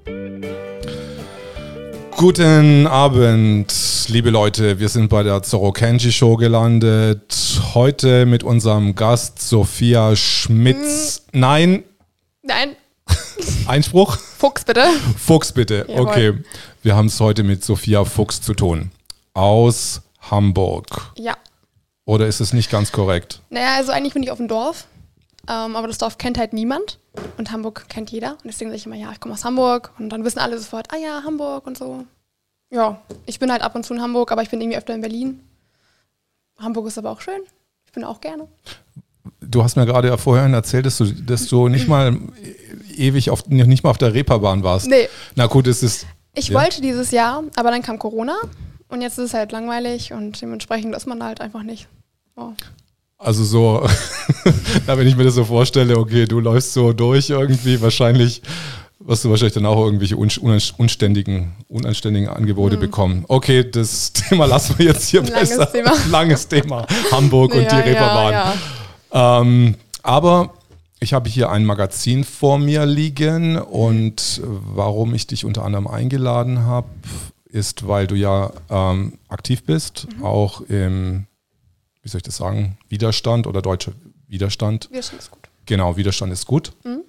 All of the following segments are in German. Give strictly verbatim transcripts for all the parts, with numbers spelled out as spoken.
Guten Abend, liebe Leute. Wir sind bei der Zorro Kenji Show gelandet. Heute mit unserem Gast Sophia Schmitz. Mm. Nein. Nein. Einspruch? Fuchs, bitte. Fuchs, bitte. Jawohl. Okay. Wir haben es heute mit Sophia Fuchs zu tun. Aus Hamburg. Ja. Oder ist es nicht ganz korrekt? Naja, also eigentlich bin ich auf dem Dorf. Ähm, aber das Dorf kennt halt niemand. Und Hamburg kennt jeder. Und deswegen sage ich immer, ja, ich komme aus Hamburg. Und dann wissen alle sofort, ah ja, Hamburg und so. Ja, ich bin halt ab und zu in Hamburg, aber ich bin irgendwie öfter in Berlin. Hamburg ist aber auch schön. Ich bin auch gerne. Du hast mir gerade ja vorhin erzählt, dass du, dass du nicht mal ewig auf, nicht mal auf der Reeperbahn warst. Nee. Na gut, es ist... Ich ja. wollte dieses Jahr, aber dann kam Corona. Und jetzt ist es halt langweilig und dementsprechend ist man halt einfach nicht. Oh. Also so, da wenn ich mir das so vorstelle, okay, du läufst so durch irgendwie, wahrscheinlich wirst du wahrscheinlich dann auch irgendwelche unständigen, unanständigen Angebote mhm. bekommen. Okay, das Thema lassen wir jetzt hier Langes besser. Thema. Langes Thema. Hamburg und ja, die Reeperbahn. Ja, ja. Ähm, aber ich habe hier ein Magazin vor mir liegen und warum ich dich unter anderem eingeladen habe, ist, weil du ja ähm, aktiv bist, mhm. auch im, wie soll ich das sagen, Widerstand oder deutscher Widerstand. Widerstand ist gut. Genau, Widerstand ist gut. Mhm.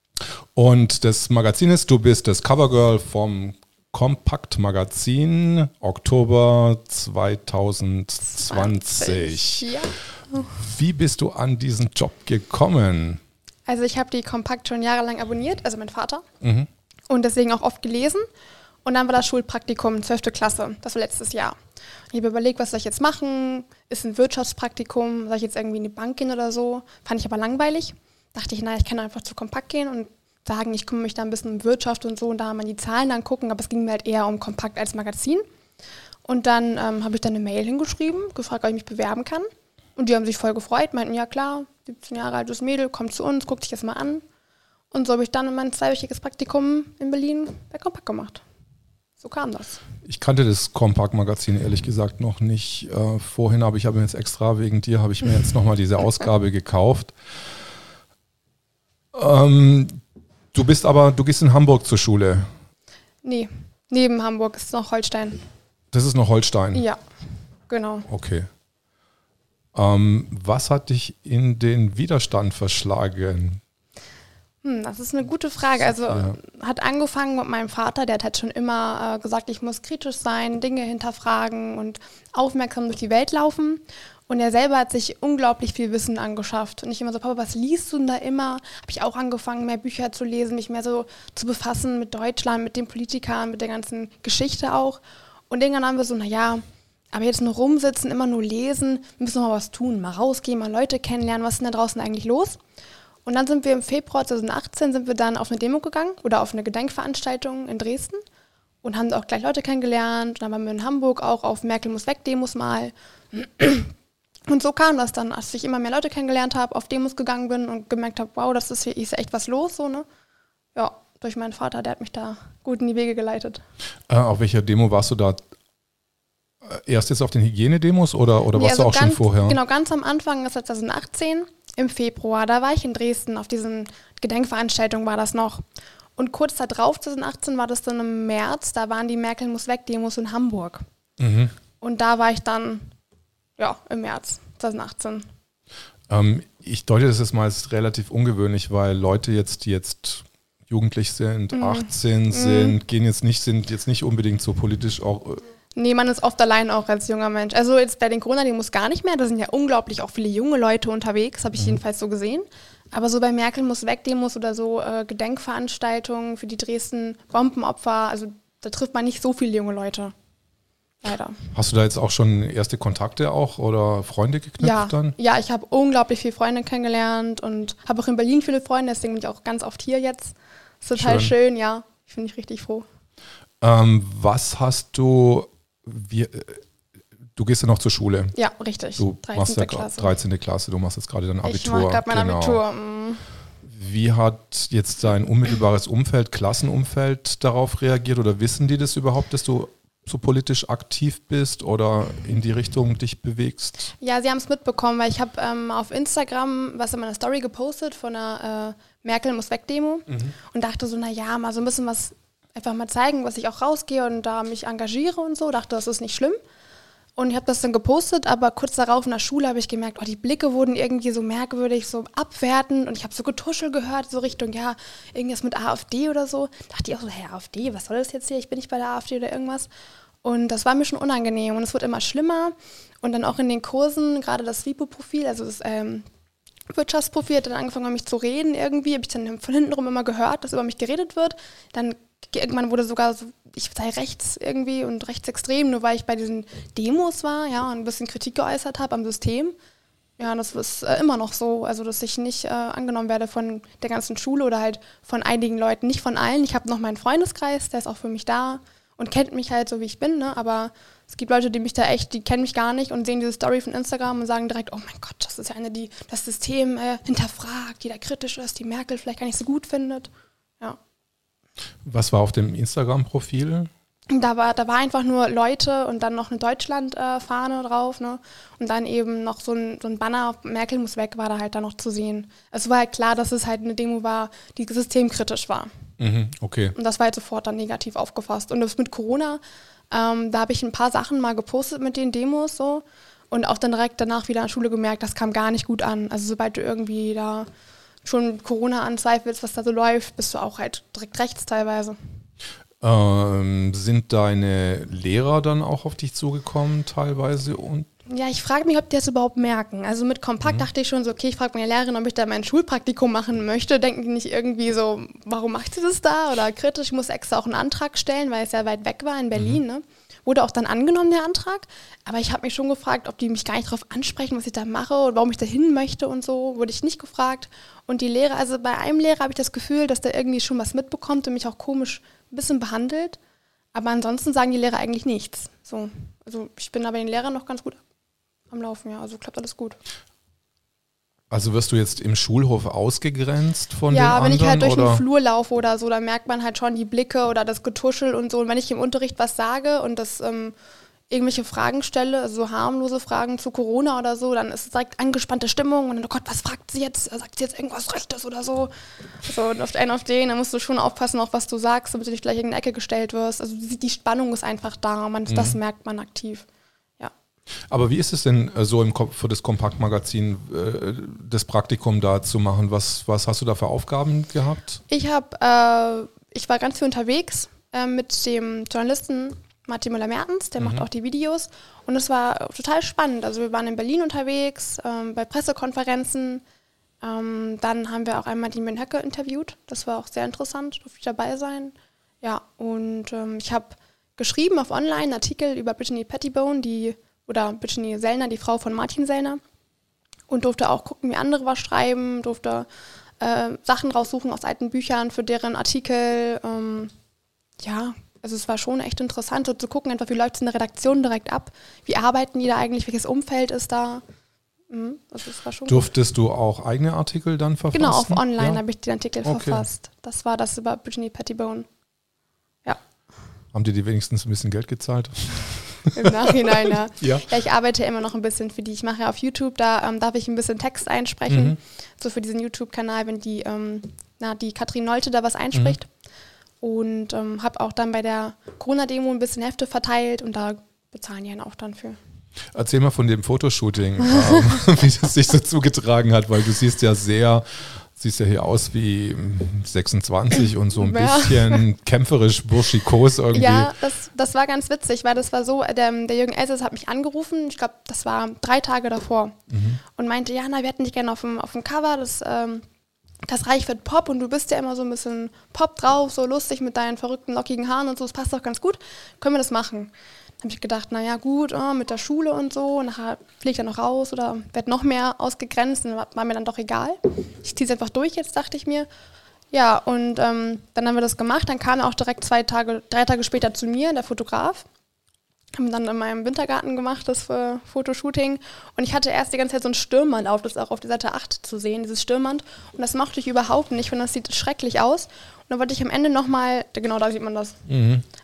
Und das Magazin ist, du bist das Covergirl vom Kompakt Magazin Oktober zwanzig zwanzig. Ja. Wie bist du an diesen Job gekommen? Also ich habe die Kompakt schon jahrelang abonniert, also mein Vater. Mhm. Und deswegen auch oft gelesen. Und dann war das Schulpraktikum, zwölfte Klasse, das war letztes Jahr. Ich habe überlegt, was soll ich jetzt machen? Ist ein Wirtschaftspraktikum, soll ich jetzt irgendwie in die Bank gehen oder so? Fand ich aber langweilig. Dachte ich, naja, ich kann einfach zu Kompakt gehen und sagen, ich kümmere mich da ein bisschen um Wirtschaft und so und da mal die Zahlen angucken, aber es ging mir halt eher um Kompakt als Magazin. Und dann ähm, habe ich dann eine Mail hingeschrieben, gefragt, ob ich mich bewerben kann. Und die haben sich voll gefreut, meinten, ja klar, siebzehn Jahre altes Mädel, kommt zu uns, guckt sich das mal an. Und so habe ich dann mein zweiwöchiges Praktikum in Berlin bei Kompakt gemacht. So kam das. Ich kannte das Kompakt-Magazin ehrlich gesagt noch nicht äh, vorhin, aber ich habe mir jetzt extra wegen dir, habe ich mir jetzt nochmal diese Ausgabe gekauft. Ähm, du bist aber, du gehst in Hamburg zur Schule. Nee, neben Hamburg ist noch Holstein. Das ist noch Holstein? Ja, genau. Okay. Ähm, was hat dich in den Widerstand verschlagen? Hm, das ist eine gute Frage. Also ja. hat angefangen mit meinem Vater, der hat halt schon immer äh, gesagt, ich muss kritisch sein, Dinge hinterfragen und aufmerksam durch die Welt laufen. Und er selber hat sich unglaublich viel Wissen angeschafft. Und ich immer so, Papa, was liest du denn da immer? Habe ich auch angefangen, mehr Bücher zu lesen, mich mehr so zu befassen mit Deutschland, mit den Politikern, mit der ganzen Geschichte auch. Und irgendwann haben wir so, naja, aber jetzt nur rumsitzen, immer nur lesen, wir müssen noch mal was tun, mal rausgehen, mal Leute kennenlernen, was ist denn da draußen eigentlich los? Und dann sind wir im Februar zwanzig achtzehn sind wir dann auf eine Demo gegangen oder auf eine Gedenkveranstaltung in Dresden und haben da auch gleich Leute kennengelernt. Und dann waren wir in Hamburg auch auf Merkel muss weg Demos mal. Und so kam das dann, als ich immer mehr Leute kennengelernt habe, auf Demos gegangen bin und gemerkt habe, wow, das ist hier ist echt was los, so, ne? Ja, durch meinen Vater, der hat mich da gut in die Wege geleitet. Äh, auf welcher Demo warst du da? Erst jetzt auf den Hygienedemos oder, oder nee, warst also du auch ganz, schon vorher? Genau, ganz am Anfang, das war zwanzig achtzehn, im Februar, da war ich in Dresden, auf diesen Gedenkveranstaltungen war das noch. Und kurz darauf, zwanzig achtzehn, war das dann im März, da waren die Merkel muss weg Demos in Hamburg. Mhm. Und da war ich dann, ja, im März zwanzig achtzehn. Ähm, ich deute das jetzt mal als relativ ungewöhnlich, weil Leute jetzt, die jetzt jugendlich sind, mhm. achtzehn mhm. sind, gehen jetzt nicht, sind jetzt nicht unbedingt so politisch auch... Nee, man ist oft allein auch als junger Mensch. Also jetzt bei den Corona-Demos gar nicht mehr. Da sind ja unglaublich auch viele junge Leute unterwegs, habe ich mhm. jedenfalls so gesehen. Aber so bei Merkel muss weg Demos oder so äh, Gedenkveranstaltungen für die Dresden Bombenopfer, also da trifft man nicht so viele junge Leute. Leider. Hast du da jetzt auch schon erste Kontakte auch oder Freunde geknüpft ja, dann? Ja, ich habe unglaublich viele Freunde kennengelernt und habe auch in Berlin viele Freunde, deswegen bin ich auch ganz oft hier jetzt. Ist total schön, schön ja. Ich bin ich richtig froh. Ähm, was hast du... Wir, du gehst ja noch zur Schule. Ja, richtig. Du machst ja Klasse. dreizehnte Klasse, du machst jetzt gerade dein Abitur. Ich mache gerade mein genau. Abitur. Mm. Wie hat jetzt dein unmittelbares Umfeld, Klassenumfeld darauf reagiert oder wissen die das überhaupt, dass du so politisch aktiv bist oder in die Richtung dich bewegst? Ja, sie haben es mitbekommen, weil ich habe ähm, auf Instagram was in meiner Story gepostet von einer äh, Merkel muss weg Demo mhm. und dachte so, naja, mal so ein bisschen was einfach mal zeigen, was ich auch rausgehe und da mich engagiere und so. Dachte, das ist nicht schlimm. Und ich habe das dann gepostet, aber kurz darauf in der Schule habe ich gemerkt, oh, die Blicke wurden irgendwie so merkwürdig, so abwertend und ich habe so Getuschel gehört, so Richtung, ja, irgendwas mit AfD oder so. Dachte ich auch so, hä, AfD, was soll das jetzt hier? Ich bin nicht bei der AfD oder irgendwas. Und das war mir schon unangenehm und es wird immer schlimmer. Und dann auch in den Kursen, gerade das WIPO-Profil, also das ähm, Wirtschaftsprofil, hat dann angefangen, mit mich zu reden irgendwie. Habe ich dann von hinten rum immer gehört, dass über mich geredet wird. Dann irgendwann wurde sogar so, ich sei rechts irgendwie und rechtsextrem, nur weil ich bei diesen Demos war, ja, und ein bisschen Kritik geäußert habe am System. Ja, das ist äh, immer noch so, also dass ich nicht äh, angenommen werde von der ganzen Schule oder halt von einigen Leuten, nicht von allen. Ich habe noch meinen Freundeskreis, der ist auch für mich da und kennt mich halt so, wie ich bin, ne? Aber es gibt Leute, die mich da echt, die kennen mich gar nicht und sehen diese Story von Instagram und sagen direkt, oh mein Gott, das ist ja eine, die das System äh, hinterfragt, die da kritisch ist, die Merkel vielleicht gar nicht so gut findet. Ja. Was war auf dem Instagram-Profil? Da war, da war einfach nur Leute und dann noch eine Deutschland-Fahne äh, drauf, ne? Und dann eben noch so ein, so ein Banner, Merkel muss weg, war da halt dann noch zu sehen. Es war halt klar, dass es halt eine Demo war, die systemkritisch war. Mhm, okay. Und das war halt sofort dann negativ aufgefasst. Und das mit Corona, ähm, da habe ich ein paar Sachen mal gepostet mit den Demos so und auch dann direkt danach wieder an der Schule gemerkt, das kam gar nicht gut an. Also sobald du irgendwie da schon Corona anzweifelst, was da so läuft, bist du auch halt direkt rechts teilweise. Ähm, sind deine Lehrer dann auch auf dich zugekommen teilweise? Und Ja, ich frage mich, ob die das überhaupt merken. Also mit Kompakt mhm. dachte ich schon so, okay, ich frage meine Lehrerin, ob ich da mein Schulpraktikum machen möchte. Denken die nicht irgendwie so, warum macht sie das da? Oder kritisch, ich muss extra auch einen Antrag stellen, weil es ja weit weg war in Berlin, mhm. ne? Wurde auch dann angenommen, der Antrag. Aber ich habe mich schon gefragt, ob die mich gar nicht darauf ansprechen, was ich da mache und warum ich da hin möchte und so. Wurde ich nicht gefragt. Und die Lehrer, also bei einem Lehrer habe ich das Gefühl, dass der irgendwie schon was mitbekommt und mich auch komisch ein bisschen behandelt. Aber ansonsten sagen die Lehrer eigentlich nichts. So, also ich bin aber den Lehrern noch ganz gut am Laufen, ja. Also klappt alles gut. Also wirst du jetzt im Schulhof ausgegrenzt von ja, den anderen? Ja, wenn ich halt durch oder? den Flur laufe oder so, dann merkt man halt schon die Blicke oder das Getuschel und so. Und wenn ich im Unterricht was sage und das ähm, irgendwelche Fragen stelle, also so harmlose Fragen zu Corona oder so, dann ist es direkt angespannte Stimmung und dann, oh Gott, was fragt sie jetzt? Sagt sie jetzt irgendwas Rechtes oder so? So, und auf einen auf den, dann musst du schon aufpassen, auch was du sagst, damit du nicht gleich in eine Ecke gestellt wirst. Also die, die Spannung ist einfach da, man, mhm. das merkt man aktiv. Aber wie ist es denn äh, so im Ko- für das Kompaktmagazin, äh, das Praktikum da zu machen? Was, was hast du da für Aufgaben gehabt? Ich habe, äh, ich war ganz viel unterwegs äh, mit dem Journalisten Martin Müller-Mertens, der mhm. macht auch die Videos und es war total spannend. Also wir waren in Berlin unterwegs, ähm, bei Pressekonferenzen, ähm, dann haben wir auch einmal die Min Höcke interviewt, das war auch sehr interessant, durfte ich dabei sein. Ja, und ähm, ich habe geschrieben auf Online einen Artikel über Brittany Pettibone, die oder Brittany Sellner, die Frau von Martin Sellner, und durfte auch gucken, wie andere was schreiben, durfte äh, Sachen raussuchen aus alten Büchern für deren Artikel. Ähm, ja, also es war schon echt interessant, so zu gucken, einfach wie läuft es in der Redaktion direkt ab, wie arbeiten die da eigentlich, welches Umfeld ist da. Mhm, also es war schon Durftest gut. Du auch eigene Artikel dann verfassen? Genau, auf Online ja? habe ich den Artikel okay. verfasst. Das war das über Brittany Pettibone. Ja. Haben die dir wenigstens ein bisschen Geld gezahlt? Im Nachhinein, ja. ja. Ja, ich arbeite immer noch ein bisschen für die. Ich mache ja auf YouTube, da ähm, darf ich ein bisschen Text einsprechen. Mhm. So für diesen YouTube-Kanal, wenn die, ähm, na, die Katrin Nolte da was einspricht. Mhm. Und ähm, habe auch dann bei der Corona-Demo ein bisschen Hefte verteilt und da bezahlen die dann auch dann für. Erzähl mal von dem Fotoshooting, ähm, wie das sich so zugetragen hat, weil du siehst ja sehr... Siehst ja hier aus wie sechsundzwanzig und so ein ja. bisschen kämpferisch, burschikos irgendwie. Ja, das, das war ganz witzig, weil das war so, der, der Jürgen Elsässer hat mich angerufen, ich glaube, das war drei Tage davor mhm. und meinte, ja, na, wir hätten dich gerne auf dem, auf dem Cover, das, ähm, das reicht für Pop und du bist ja immer so ein bisschen Pop drauf, so lustig mit deinen verrückten, lockigen Haaren und so, das passt doch ganz gut, können wir das machen? Dann habe ich gedacht, naja gut, oh, mit der Schule und so, nachher fliege ich dann noch raus oder werde noch mehr ausgegrenzt, dann war mir dann doch egal. Ich ziehe es einfach durch jetzt, dachte ich mir. Ja, und ähm, dann haben wir das gemacht, dann kam er auch direkt zwei Tage, drei Tage später zu mir, der Fotograf. Haben dann in meinem Wintergarten gemacht, das für Fotoshooting. Und ich hatte erst die ganze Zeit so ein Stirnband auf, das ist auch auf der Seite acht zu sehen, dieses Stirnband. Und das mochte ich überhaupt nicht, ich finde, das sieht schrecklich aus. Und dann wollte ich am Ende nochmal, genau da sieht man das, mhm.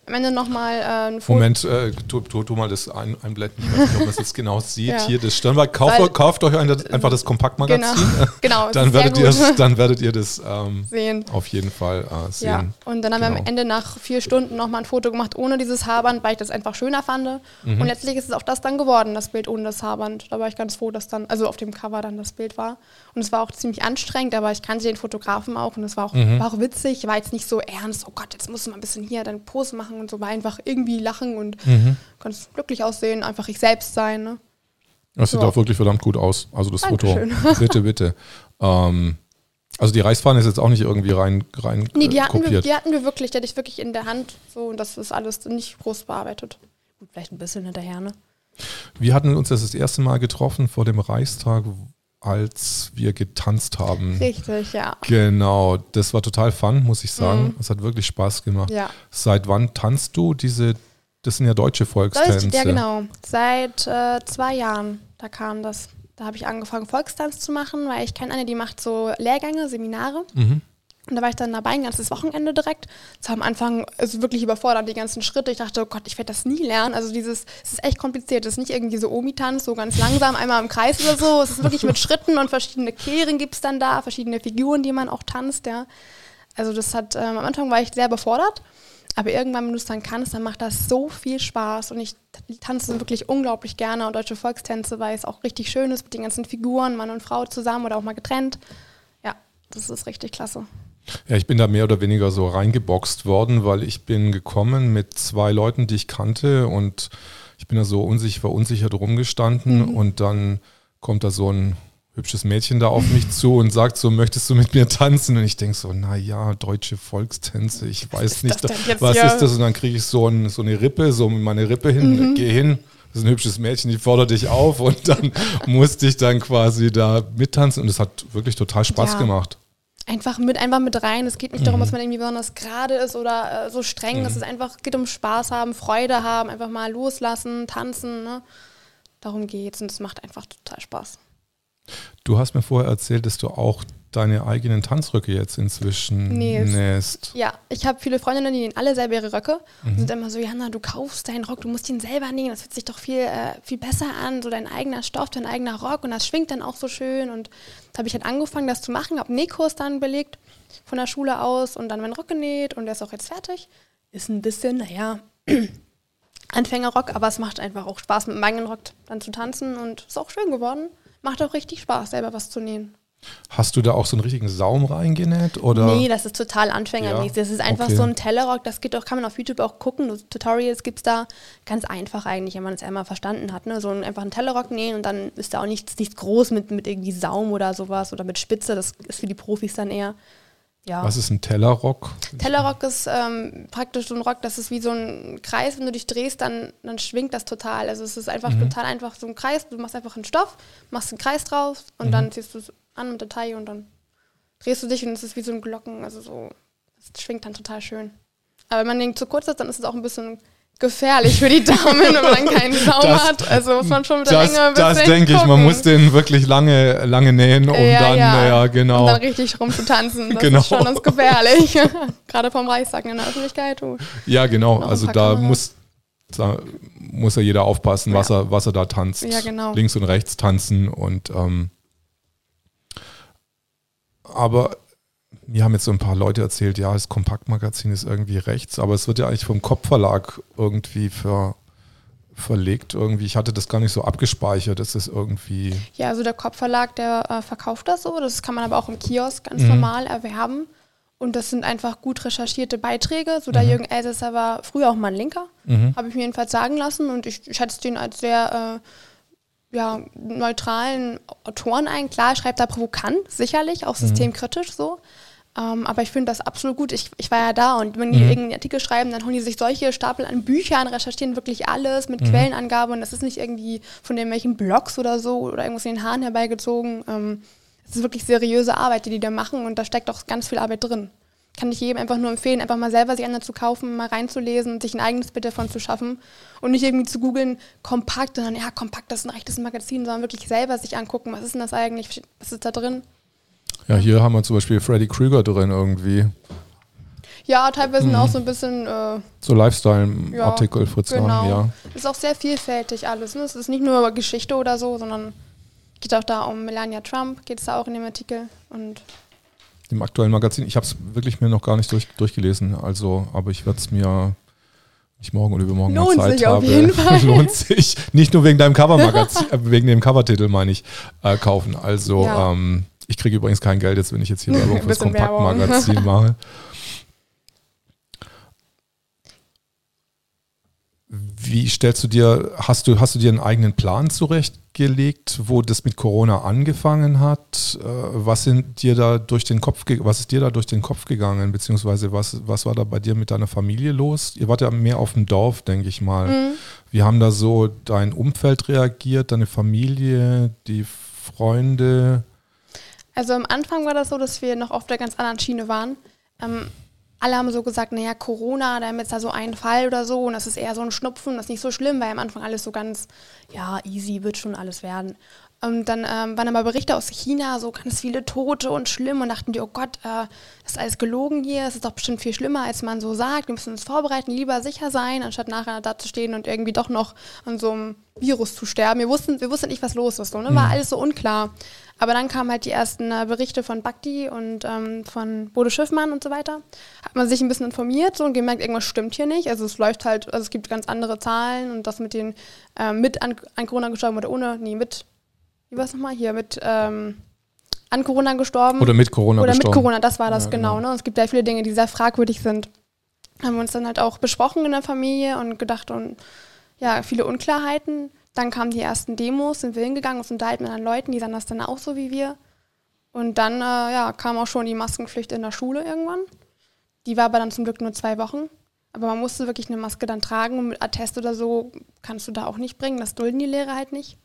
am Ende nochmal äh, ein Foto. Moment, äh, tu, tu, tu mal das ein, einblenden. Ich weiß nicht, ob man es jetzt genau sieht. Ja. Hier das Stirnband. Kauft, kauft euch ein, einfach das Kompaktmagazin. Genau, genau dann, werdet ihr, dann werdet ihr das ähm, sehen. Auf jeden Fall äh, sehen. Ja. Und dann haben genau. wir am Ende nach vier Stunden nochmal ein Foto gemacht ohne dieses Haarband, weil ich das einfach schöner fand. Mhm. Und letztlich ist es auch das dann geworden, das Bild ohne das Haarband. Da war ich ganz froh, dass dann, also auf dem Cover dann das Bild war. Und es war auch ziemlich anstrengend, aber ich kannte den Fotografen auch und es war auch, mhm. war auch witzig. War jetzt nicht so ernst, oh Gott, jetzt musst du mal ein bisschen hier dann Pose machen und so, war einfach irgendwie lachen und mhm. ganz glücklich aussehen, einfach ich selbst sein. Ne? Das sieht ja. auch wirklich verdammt gut aus, also das Dankeschön. Foto. Bitte, bitte. Ähm, also die Reichsfahne ist jetzt auch nicht irgendwie rein, rein nee, die äh, hatten kopiert. Wir, die hatten wir wirklich, die hatte ich wirklich in der Hand so und das ist alles nicht groß bearbeitet. Gut, vielleicht ein bisschen hinterher, ne? Wir hatten uns das, das erste Mal getroffen vor dem Reichstag, als wir getanzt haben. Richtig, ja. Genau, das war total fun, muss ich sagen. Es mhm. hat wirklich Spaß gemacht. Ja. Seit wann tanzt du diese, das sind ja deutsche Volkstänze. Ja, genau. Seit äh, zwei Jahren, da kam das. Da habe ich angefangen, Volkstanz zu machen, weil ich kenne eine, die macht so Lehrgänge, Seminare. Mhm. Und da war ich dann dabei, ein ganzes Wochenende direkt. Das war am Anfang also wirklich überfordert, die ganzen Schritte. Ich dachte, oh Gott, ich werde das nie lernen. Also dieses, es ist echt kompliziert. Es ist nicht irgendwie so Omi-Tanz, so ganz langsam, einmal im Kreis oder so. Es ist wirklich mit Schritten und verschiedene Kehren gibt es dann da, verschiedene Figuren, die man auch tanzt, ja. Also das hat, ähm, am Anfang war ich sehr überfordert. Aber irgendwann, wenn du es dann kannst, dann macht das so viel Spaß. Und ich tanze wirklich unglaublich gerne und deutsche Volkstänze, weil es auch richtig schön ist mit den ganzen Figuren, Mann und Frau zusammen oder auch mal getrennt. Ja, das ist richtig klasse. Ja, ich bin da mehr oder weniger so reingeboxt worden, weil ich bin gekommen mit zwei Leuten, die ich kannte und ich bin da so unsicher, verunsichert rumgestanden mhm. und dann kommt da so ein hübsches Mädchen da auf mich zu und sagt so, möchtest du mit mir tanzen? Und ich denke so, naja, deutsche Volkstänze, ich weiß nicht, was ist das? Und dann kriege ich so, ein, so eine Rippe, so meine Rippe hin, mhm. gehe hin, das ist ein hübsches Mädchen, die fordert dich auf und dann musste ich dann quasi da mittanzen und es hat wirklich total Spaß ja. gemacht. Einfach mit, einfach mit rein. Es geht nicht mhm. darum, dass man irgendwie besonders gerade ist oder äh, so streng. Mhm. Es ist einfach, geht um Spaß haben, Freude haben, einfach mal loslassen, tanzen. Ne? Darum geht's und es macht einfach total Spaß. Du hast mir vorher erzählt, dass du auch deine eigenen Tanzröcke jetzt inzwischen Nähst. nähst. Ja, ich habe viele Freundinnen, die nähen alle selber ihre Röcke mhm. und sind immer so, Jana, du kaufst deinen Rock, du musst ihn selber nähen, das fühlt sich doch viel, äh, viel besser an, so dein eigener Stoff, dein eigener Rock und das schwingt dann auch so schön und da habe ich halt angefangen, das zu machen, habe einen Nähkurs dann belegt von der Schule aus und dann meinen Rock genäht und der ist auch jetzt fertig. Ist ein bisschen, naja, Anfängerrock, aber es macht einfach auch Spaß, mit dem eigenen Rock dann zu tanzen und ist auch schön geworden. Macht auch richtig Spaß, selber was zu nähen. Hast du da auch so einen richtigen Saum reingenäht? Oder? Nee, das ist total anfängermäßig. Ja, das ist einfach okay. so ein Tellerrock, das geht auch, kann man auf YouTube auch gucken. Tutorials gibt es da ganz einfach eigentlich, wenn man es einmal verstanden hat. Ne? So ein, einfach einen Tellerrock nähen und dann ist da auch nichts, nichts groß mit, mit irgendwie Saum oder sowas oder mit Spitze. Das ist für die Profis dann eher. Ja. Was ist ein Tellerrock? Tellerrock ist ähm, praktisch so ein Rock, das ist wie so ein Kreis. Wenn du dich drehst, dann, dann schwingt das total. Also es ist einfach mhm. total einfach so ein Kreis. Du machst einfach einen Stoff, machst einen Kreis drauf und mhm. dann ziehst du es an mit der Taille und dann drehst du dich und es ist wie so ein Glocken. Also so, es schwingt dann total schön. Aber wenn man den zu kurz ist, dann ist es auch ein bisschen gefährlich für die Damen, wenn man dann keinen Saum das, hat. Also muss man schon mit der das, Länge ein bisschen Das denke ich, man muss den wirklich lange, lange nähen, um ja, dann, ja. ja, genau. Um dann richtig rumzutanzen. Das genau. ist schon das gefährlich. Gerade vom Reichstag in der Öffentlichkeit. Oh. Ja, genau. Also da muss, da muss ja jeder aufpassen, was, ja. er, was er da tanzt. Ja, genau. Links und rechts tanzen und ähm, aber mir haben jetzt so ein paar Leute erzählt, ja, das Kompaktmagazin ist irgendwie rechts, aber es wird ja eigentlich vom Kopfverlag irgendwie ver, verlegt. Irgendwie. Ich hatte das gar nicht so abgespeichert, dass das irgendwie... Ja, also der Kopfverlag, der äh, verkauft das so, das kann man aber auch im Kiosk ganz Mhm. normal erwerben und das sind einfach gut recherchierte Beiträge. So der Mhm. Jürgen Elsässer war früher auch mal ein Linker, Mhm. habe ich mir jedenfalls sagen lassen und ich schätze den als sehr... Äh, ja, neutralen Autoren ein. Klar, schreibt da provokant, sicherlich, auch systemkritisch so. Ähm, aber ich finde das absolut gut. Ich, ich war ja da und wenn die Mhm. irgendeinen Artikel schreiben, dann holen die sich solche Stapel an Büchern, recherchieren wirklich alles mit Mhm. Quellenangabe und das ist nicht irgendwie von irgendwelchen Blogs oder so oder irgendwas in den Haaren herbeigezogen. Ähm, es ist wirklich seriöse Arbeit, die die da machen und da steckt auch ganz viel Arbeit drin. Kann ich jedem einfach nur empfehlen, einfach mal selber sich einer zu kaufen, mal reinzulesen, sich ein eigenes Bild davon zu schaffen und nicht irgendwie zu googeln, kompakt, sondern ja, kompakt, das ist ein rechtes Magazin, sondern wirklich selber sich angucken, was ist denn das eigentlich, was ist da drin? Ja, hier haben wir zum Beispiel Freddy Krueger drin irgendwie. Ja, teilweise mhm. auch so ein bisschen... Äh, so Lifestyle-Artikel, ja, Fritz genau. Lang, ja. Ist auch sehr vielfältig alles. Ne? Es ist nicht nur Geschichte oder so, sondern geht auch da um Melania Trump, geht es da auch in dem Artikel. Und im aktuellen Magazin. Ich habe es wirklich mir noch gar nicht durch, durchgelesen, also, aber ich werde es mir nicht morgen oder übermorgen Lohnt mal Zeit sich habe. Auf jeden Fall. Lohnt sich. Nicht nur wegen deinem Covermagazin, äh, wegen dem Covertitel meine ich, äh, kaufen. Also ja. ähm, ich kriege übrigens kein Geld jetzt, wenn ich jetzt hier Werbung fürs Kompaktmagazin mache. Wie stellst du dir, hast du, hast du dir einen eigenen Plan zurechtgelegt, wo das mit Corona angefangen hat? Was sind dir da durch den Kopf, was ist dir da durch den Kopf gegangen, beziehungsweise was, was war da bei dir mit deiner Familie los? Ihr wart ja mehr auf dem Dorf, denke ich mal. Mhm. Wie haben da so dein Umfeld reagiert, deine Familie, die Freunde? Also am Anfang war das so, dass wir noch auf der ganz anderen Schiene waren. Ähm, Alle haben so gesagt, naja, Corona, da haben jetzt da so einen Fall oder so und das ist eher so ein Schnupfen, das ist nicht so schlimm, weil am Anfang alles so ganz, ja, easy, wird schon alles werden. Und dann ähm, waren aber Berichte aus China, so ganz viele Tote und schlimm und dachten die, oh Gott, äh, das ist alles gelogen hier, das ist doch bestimmt viel schlimmer, als man so sagt, wir müssen uns vorbereiten, lieber sicher sein, anstatt nachher da zu stehen und irgendwie doch noch an so einem Virus zu sterben. Wir wussten, wir wussten nicht, was los ist, so, ne? War mhm. alles so unklar. Aber dann kamen halt die ersten äh, Berichte von Bhakti und ähm, von Bodo Schiffmann und so weiter. Hat man sich ein bisschen informiert so, und gemerkt, irgendwas stimmt hier nicht. Also es läuft halt, also es gibt ganz andere Zahlen und das mit den äh, mit an, an Corona gestorben oder ohne, nee, mit, wie war es nochmal, hier mit ähm, an Corona gestorben. Oder mit Corona oder gestorben. Oder mit Corona, das war das, ja, genau. genau. Ne? Und es gibt ja viele Dinge, die sehr fragwürdig sind. Haben wir uns dann halt auch besprochen in der Familie und gedacht, und ja, viele Unklarheiten. Dann kamen die ersten Demos, sind wir hingegangen, uns unterhalten mit anderen Leuten, die sahen das dann auch so wie wir. Und dann äh, ja, kam auch schon die Maskenpflicht in der Schule irgendwann. Die war aber dann zum Glück nur zwei Wochen. Aber man musste wirklich eine Maske dann tragen und mit Attest oder so kannst du da auch nicht bringen. Das dulden die Lehrer halt nicht.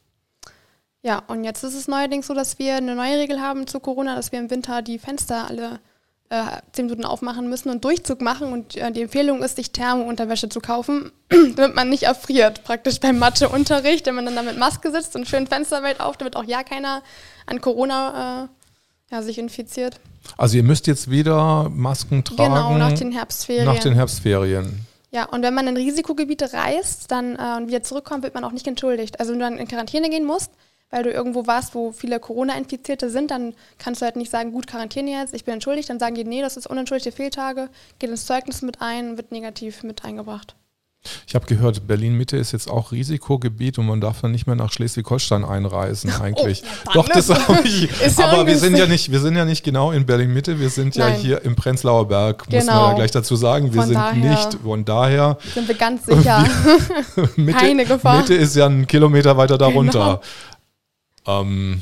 Ja, und jetzt ist es neuerdings so, dass wir eine neue Regel haben zu Corona, dass wir im Winter die Fenster alle äh, zehn Minuten aufmachen müssen und Durchzug machen. Und äh, die Empfehlung ist, sich Thermo-Unterwäsche zu kaufen, damit man nicht erfriert. Praktisch beim Matheunterricht, wenn man dann da mit Maske sitzt und schön Fensterwelt auf, damit auch ja keiner an Corona äh, ja, sich infiziert. Also ihr müsst jetzt wieder Masken tragen? Genau, nach den Herbstferien. Nach den Herbstferien. Ja, und wenn man in Risikogebiete reist dann äh, und wieder zurückkommt, wird man auch nicht entschuldigt. Also wenn du dann in Quarantäne gehen musst, weil du irgendwo warst, wo viele Corona-Infizierte sind, dann kannst du halt nicht sagen, gut, Quarantäne jetzt, ich bin entschuldigt. Dann sagen die, nee, das ist unentschuldigte Fehltage, geht ins Zeugnis mit ein und wird negativ mit eingebracht. Ich habe gehört, Berlin-Mitte ist jetzt auch Risikogebiet und man darf dann nicht mehr nach Schleswig-Holstein einreisen eigentlich. Oh, Doch, das habe ich. Ja, aber wir sind ja nicht, wir sind ja nicht genau in Berlin-Mitte, wir sind ja Nein. hier im Prenzlauer Berg, genau. muss man ja gleich dazu sagen. Wir von sind daher nicht, von daher sind wir ganz sicher. Mitte, Keine Gefahr. Mitte ist ja ein Kilometer weiter darunter. Genau. Ähm,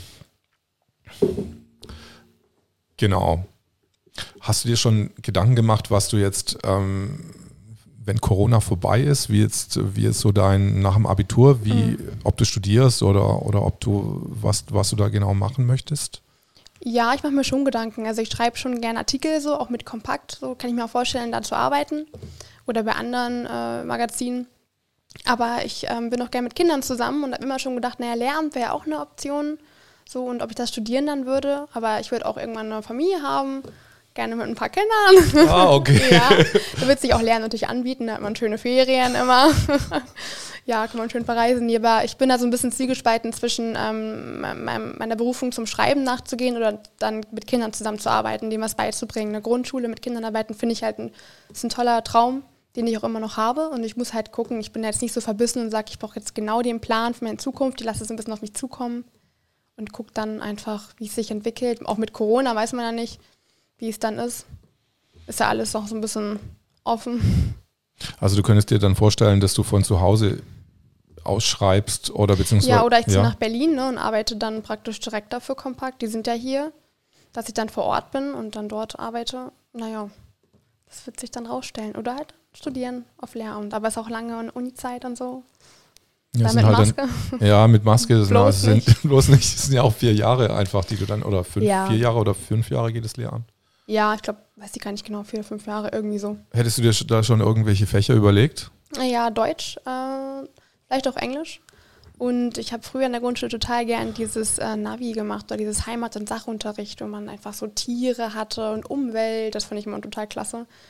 genau. Hast du dir schon Gedanken gemacht, was du jetzt ähm, wenn Corona vorbei ist, wie jetzt, wie jetzt so dein nach dem Abitur, wie, mhm. ob du studierst oder, oder ob du, was, was du da genau machen möchtest? Ja, ich mache mir schon Gedanken. Also ich schreibe schon gerne Artikel, so auch mit Kompakt, so kann ich mir auch vorstellen, da zu arbeiten oder bei anderen äh, Magazinen. Aber ich ähm, bin auch gerne mit Kindern zusammen und habe immer schon gedacht, naja, Lehramt wäre auch eine Option. So, und ob ich das studieren dann würde. Aber ich würde auch irgendwann eine Familie haben. Gerne mit ein paar Kindern. Ah, okay. Ja, da wird sich auch Lernen natürlich anbieten, da hat man schöne Ferien immer. Ja, kann man schön verreisen. Aber ich bin da so ein bisschen zielgespalten zwischen ähm, meinem, meiner Berufung zum Schreiben nachzugehen oder dann mit Kindern zusammenzuarbeiten, denen was beizubringen. Eine Grundschule mit Kindern arbeiten finde ich halt ein, ist ein toller Traum, den ich auch immer noch habe. Und ich muss halt gucken, ich bin jetzt nicht so verbissen und sage, ich brauche jetzt genau den Plan für meine Zukunft, ich lasse es ein bisschen auf mich zukommen und gucke dann einfach, wie es sich entwickelt. Auch mit Corona weiß man ja nicht, wie es dann ist, ist ja alles noch so ein bisschen offen. Also du könntest dir dann vorstellen, dass du von zu Hause ausschreibst oder beziehungsweise... Ja, oder ich ziehe ja. nach Berlin, ne, und arbeite dann praktisch direkt dafür Kompakt. Die sind ja hier, dass ich dann vor Ort bin und dann dort arbeite. Naja, das wird sich dann rausstellen. Oder halt studieren auf Lehramt. Aber es ist auch lange in Uni-Zeit und so. Ja, da mit halt Maske. Dann, ja, mit Maske. Das bloß sind, nicht. bloß nicht. Das sind ja auch vier Jahre einfach, die du dann, oder fünf, ja. vier Jahre oder fünf Jahre geht das Lehramt. Ja, ich glaube, weiß ich gar nicht genau, vier oder fünf Jahre, irgendwie so. Hättest du dir da schon irgendwelche Fächer überlegt? Ja, Deutsch, äh, vielleicht auch Englisch. Und ich habe früher in der Grundschule total gern dieses äh, Navi gemacht oder dieses Heimat- und Sachunterricht, wo man einfach so Tiere hatte und Umwelt. Das fand ich immer total klasse.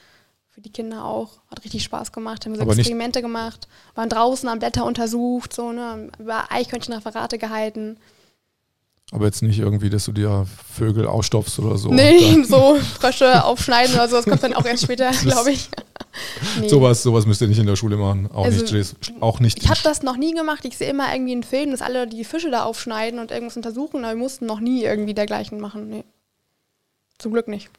für die Kinder auch. Hat richtig Spaß gemacht, haben so Aber Experimente gemacht, waren draußen am Blätter untersucht, so, ne, über Eichhörnchenreferate gehalten. Aber jetzt nicht irgendwie, dass du dir Vögel ausstopfst oder so. Nee, so Frösche aufschneiden oder so, das kommt dann auch erst später, glaube ich. Nee. Sowas, sowas müsst ihr nicht in der Schule machen. Auch Also, nicht. Auch nicht Ich habe das noch nie gemacht. Ich sehe immer irgendwie einen Film, dass alle die Fische da aufschneiden und irgendwas untersuchen, aber wir mussten noch nie irgendwie dergleichen machen. Nee. Zum Glück nicht.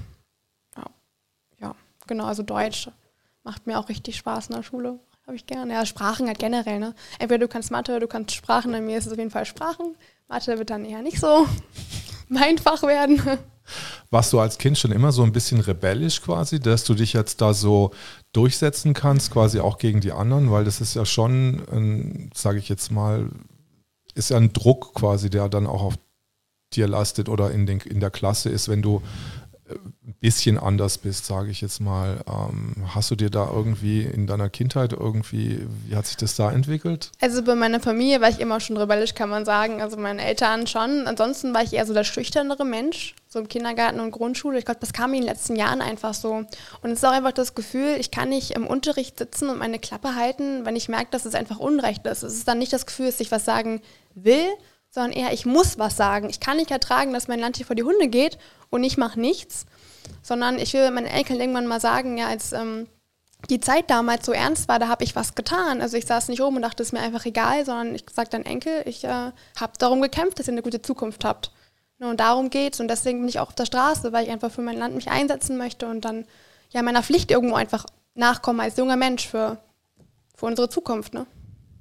Ja. Ja, genau, also Deutsch macht mir auch richtig Spaß in der Schule. Habe ich gerne. Ja, Sprachen halt generell, ne? Entweder du kannst Mathe, du kannst Sprachen, bei mir ist es auf jeden Fall Sprachen. Mathe wird dann eher nicht so mein Fach werden. Warst du als Kind schon immer so ein bisschen rebellisch quasi, dass du dich jetzt da so durchsetzen kannst, quasi auch gegen die anderen? Weil das ist ja schon, sage ich jetzt mal, ist ja ein Druck quasi, der dann auch auf dir lastet oder in, den, in der Klasse ist, wenn du ein bisschen anders bist, sage ich jetzt mal. Ähm, hast du dir da irgendwie in deiner Kindheit irgendwie, wie hat sich das da entwickelt? Also bei meiner Familie war ich immer schon rebellisch, kann man sagen. Also meine Eltern schon. Ansonsten war ich eher so der schüchternere Mensch, so im Kindergarten und Grundschule. Ich glaube, das kam in den letzten Jahren einfach so. Und es ist auch einfach das Gefühl, ich kann nicht im Unterricht sitzen und meine Klappe halten, wenn ich merke, dass es einfach Unrecht ist. Es ist dann nicht das Gefühl, dass ich was sagen will, sondern eher, ich muss was sagen. Ich kann nicht ertragen, dass mein Land hier vor die Hunde geht und ich mache nichts, sondern ich will meinen Enkeln irgendwann mal sagen, ja, als ähm, die Zeit damals so ernst war, da habe ich was getan. Also ich saß nicht rum und dachte, es ist mir einfach egal, sondern ich sage dann Enkel, ich äh, habe darum gekämpft, dass ihr eine gute Zukunft habt. Und darum geht's und deswegen bin ich auch auf der Straße, weil ich einfach für mein Land mich einsetzen möchte und dann ja meiner Pflicht irgendwo einfach nachkomme als junger Mensch für, für unsere Zukunft, ne?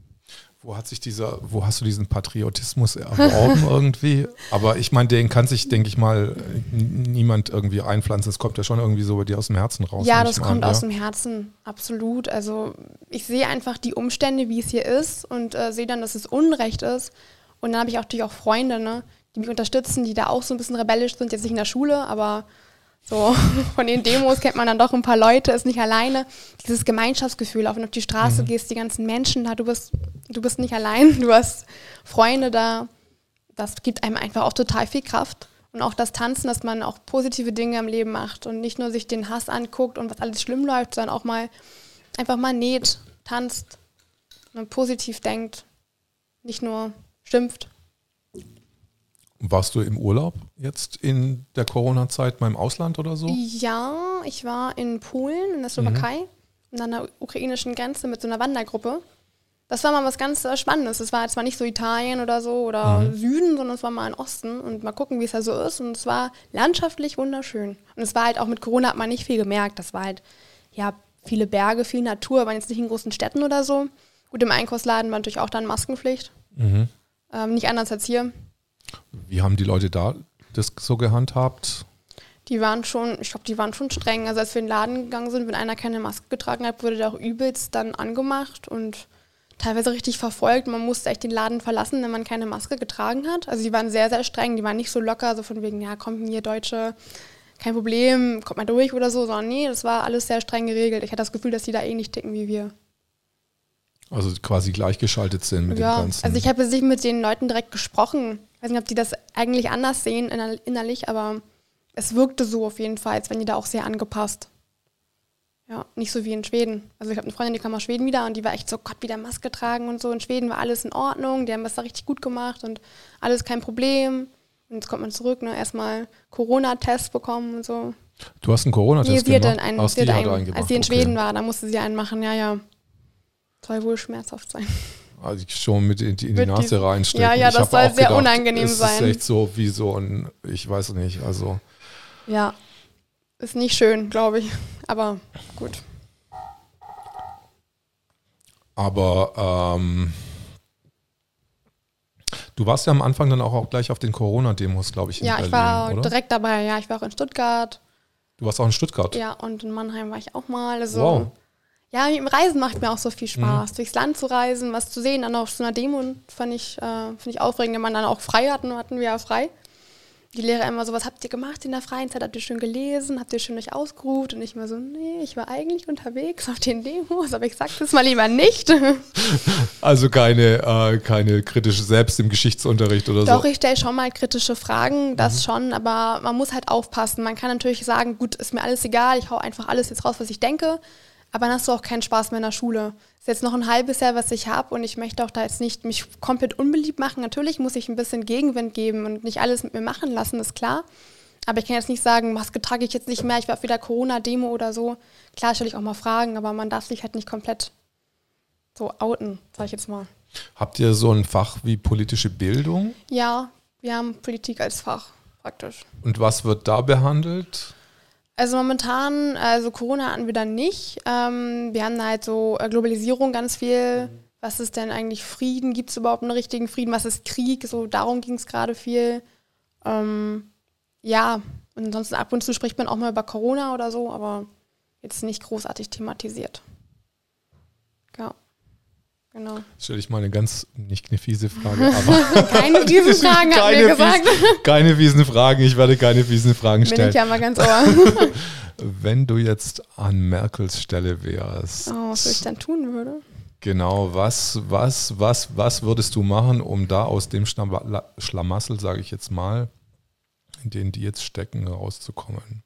Wo hat sich dieser, wo hast du diesen Patriotismus erworben irgendwie? Aber ich meine, den kann sich, denke ich mal, niemand irgendwie einpflanzen. Das kommt ja schon irgendwie so bei dir aus dem Herzen raus. Ja, das mal, kommt ja. aus dem Herzen, absolut. Also ich sehe einfach die Umstände, wie es hier ist und äh, sehe dann, dass es Unrecht ist. Und dann habe ich auch natürlich auch Freunde, ne, die mich unterstützen, die da auch so ein bisschen rebellisch sind, jetzt nicht in der Schule, aber so von den Demos kennt man dann doch ein paar Leute, ist nicht alleine. Dieses Gemeinschaftsgefühl, auch wenn du auf die Straße mhm. gehst, die ganzen Menschen da, du bist, du bist nicht allein, du hast Freunde da. Das gibt einem einfach auch total viel Kraft. Und auch das Tanzen, dass man auch positive Dinge im Leben macht und nicht nur sich den Hass anguckt und was alles schlimm läuft, sondern auch mal einfach mal näht, tanzt, und positiv denkt, nicht nur schimpft. Warst du im Urlaub jetzt in der Corona-Zeit mal im Ausland oder so? Ja, ich war in Polen, in der Slowakei, mhm. und an der ukrainischen Grenze mit so einer Wandergruppe. Das war mal was ganz äh, Spannendes. Es war zwar nicht so Italien oder so oder mhm. Süden, sondern es war mal im Osten und mal gucken, wie es da so ist. Und es war landschaftlich wunderschön. Und es war halt auch mit Corona hat man nicht viel gemerkt. Das war halt, ja, viele Berge, viel Natur, waren jetzt nicht in großen Städten oder so. Gut, im Einkaufsladen war natürlich auch dann Maskenpflicht. Mhm. Ähm, nicht anders als hier. Wie haben die Leute da das so gehandhabt? Die waren schon, ich glaube, die waren schon streng. Also als wir in den Laden gegangen sind, wenn einer keine Maske getragen hat, wurde der auch übelst dann angemacht und teilweise richtig verfolgt. Man musste echt den Laden verlassen, wenn man keine Maske getragen hat. Also die waren sehr, sehr streng. Die waren nicht so locker, so von wegen, ja, kommt hier Deutsche, kein Problem, kommt mal durch oder so. Sondern nee, das war alles sehr streng geregelt. Ich hatte das Gefühl, dass die da ähnlich ticken wie wir. Also quasi gleichgeschaltet sind mit ja, dem Ganzen. Also ich habe jetzt nicht mit den Leuten direkt gesprochen. Ich weiß nicht, ob die das eigentlich anders sehen innerlich, aber es wirkte so auf jeden Fall, als wenn die da auch sehr angepasst. Ja, nicht so wie in Schweden. Also ich habe eine Freundin, die kam aus Schweden wieder und die war echt so, Gott, wieder Maske tragen und so. In Schweden war alles in Ordnung, die haben das da richtig gut gemacht und alles kein Problem. Und jetzt kommt man zurück, ne, erstmal Corona-Test bekommen und so. Du hast einen Corona-Test nee, gemacht? Einen, Aus sie die einen, hat einen als sie in okay. Schweden war, da musste sie einen machen, ja, ja. Soll wohl schmerzhaft sein. Also schon mit in die, in die mit Nase diesen, reinstecken. Ja, ja, ich das soll sehr gedacht, unangenehm es sein. Das ist echt so wie so ein, ich weiß nicht, also. Ja, ist nicht schön, glaube ich, aber gut. Aber ähm, du warst ja am Anfang dann auch, auch gleich auf den Corona-Demos, glaube ich, in ja, Berlin, ich war oder? direkt dabei, ja, ich war auch in Stuttgart. Du warst auch in Stuttgart? Ja, und in Mannheim war ich auch mal. Also, wow. Ja, im Reisen macht mir auch so viel Spaß, mhm. durchs Land zu reisen, was zu sehen, dann auf so einer Demo fand ich, äh, fand ich aufregend, wenn man dann auch frei hatten, hatten wir ja frei. die Lehrer immer so, was habt ihr gemacht in der freien Zeit? Habt ihr schön gelesen? Habt ihr schön euch ausgeruht? Und ich immer so, nee, ich war eigentlich unterwegs auf den Demos, aber ich sag das mal lieber nicht. Also keine, äh, keine kritische, selbst im Geschichtsunterricht oder Doch, so? ich stelle schon mal kritische Fragen, das mhm. schon, aber man muss halt aufpassen. Man kann natürlich sagen, gut, ist mir alles egal, ich hau einfach alles jetzt raus, was ich denke, aber dann hast du auch keinen Spaß mehr in der Schule. Ist jetzt noch ein halbes Jahr, was ich habe und ich möchte auch da jetzt nicht mich komplett unbeliebt machen. Natürlich muss ich ein bisschen Gegenwind geben und nicht alles mit mir machen lassen, ist klar. Aber ich kann jetzt nicht sagen, Maske trage ich jetzt nicht mehr, ich war auf wieder Corona-Demo oder so. Klar stelle ich auch mal Fragen, aber man darf sich halt nicht komplett so outen, sag ich jetzt mal. Habt ihr so ein Fach wie politische Bildung? Ja, wir haben Politik als Fach praktisch. Und was wird da behandelt? Also momentan, also Corona hatten wir dann nicht. Ähm, wir haben da halt so äh, Globalisierung ganz viel. Was ist denn eigentlich Frieden? Gibt es überhaupt einen richtigen Frieden? Was ist Krieg? So darum ging es gerade viel. Ähm, ja, und ansonsten ab und zu spricht man auch mal über Corona oder so, aber jetzt nicht großartig thematisiert. Ja, genau. Stelle ich mal eine ganz, nicht eine fiese Frage, aber... keine fiesen Fragen, hat mir gesagt. Fies, keine fiesen Fragen, ich werde keine fiesen Fragen stellen. Bin ich ja mal ganz ohr. Wenn du jetzt an Merkels Stelle wärst... Oh, was ich dann tun würde? Genau, was, was, was, was würdest du machen, um da aus dem Schlamassel, sage ich jetzt mal, in denen die jetzt stecken, rauszukommen?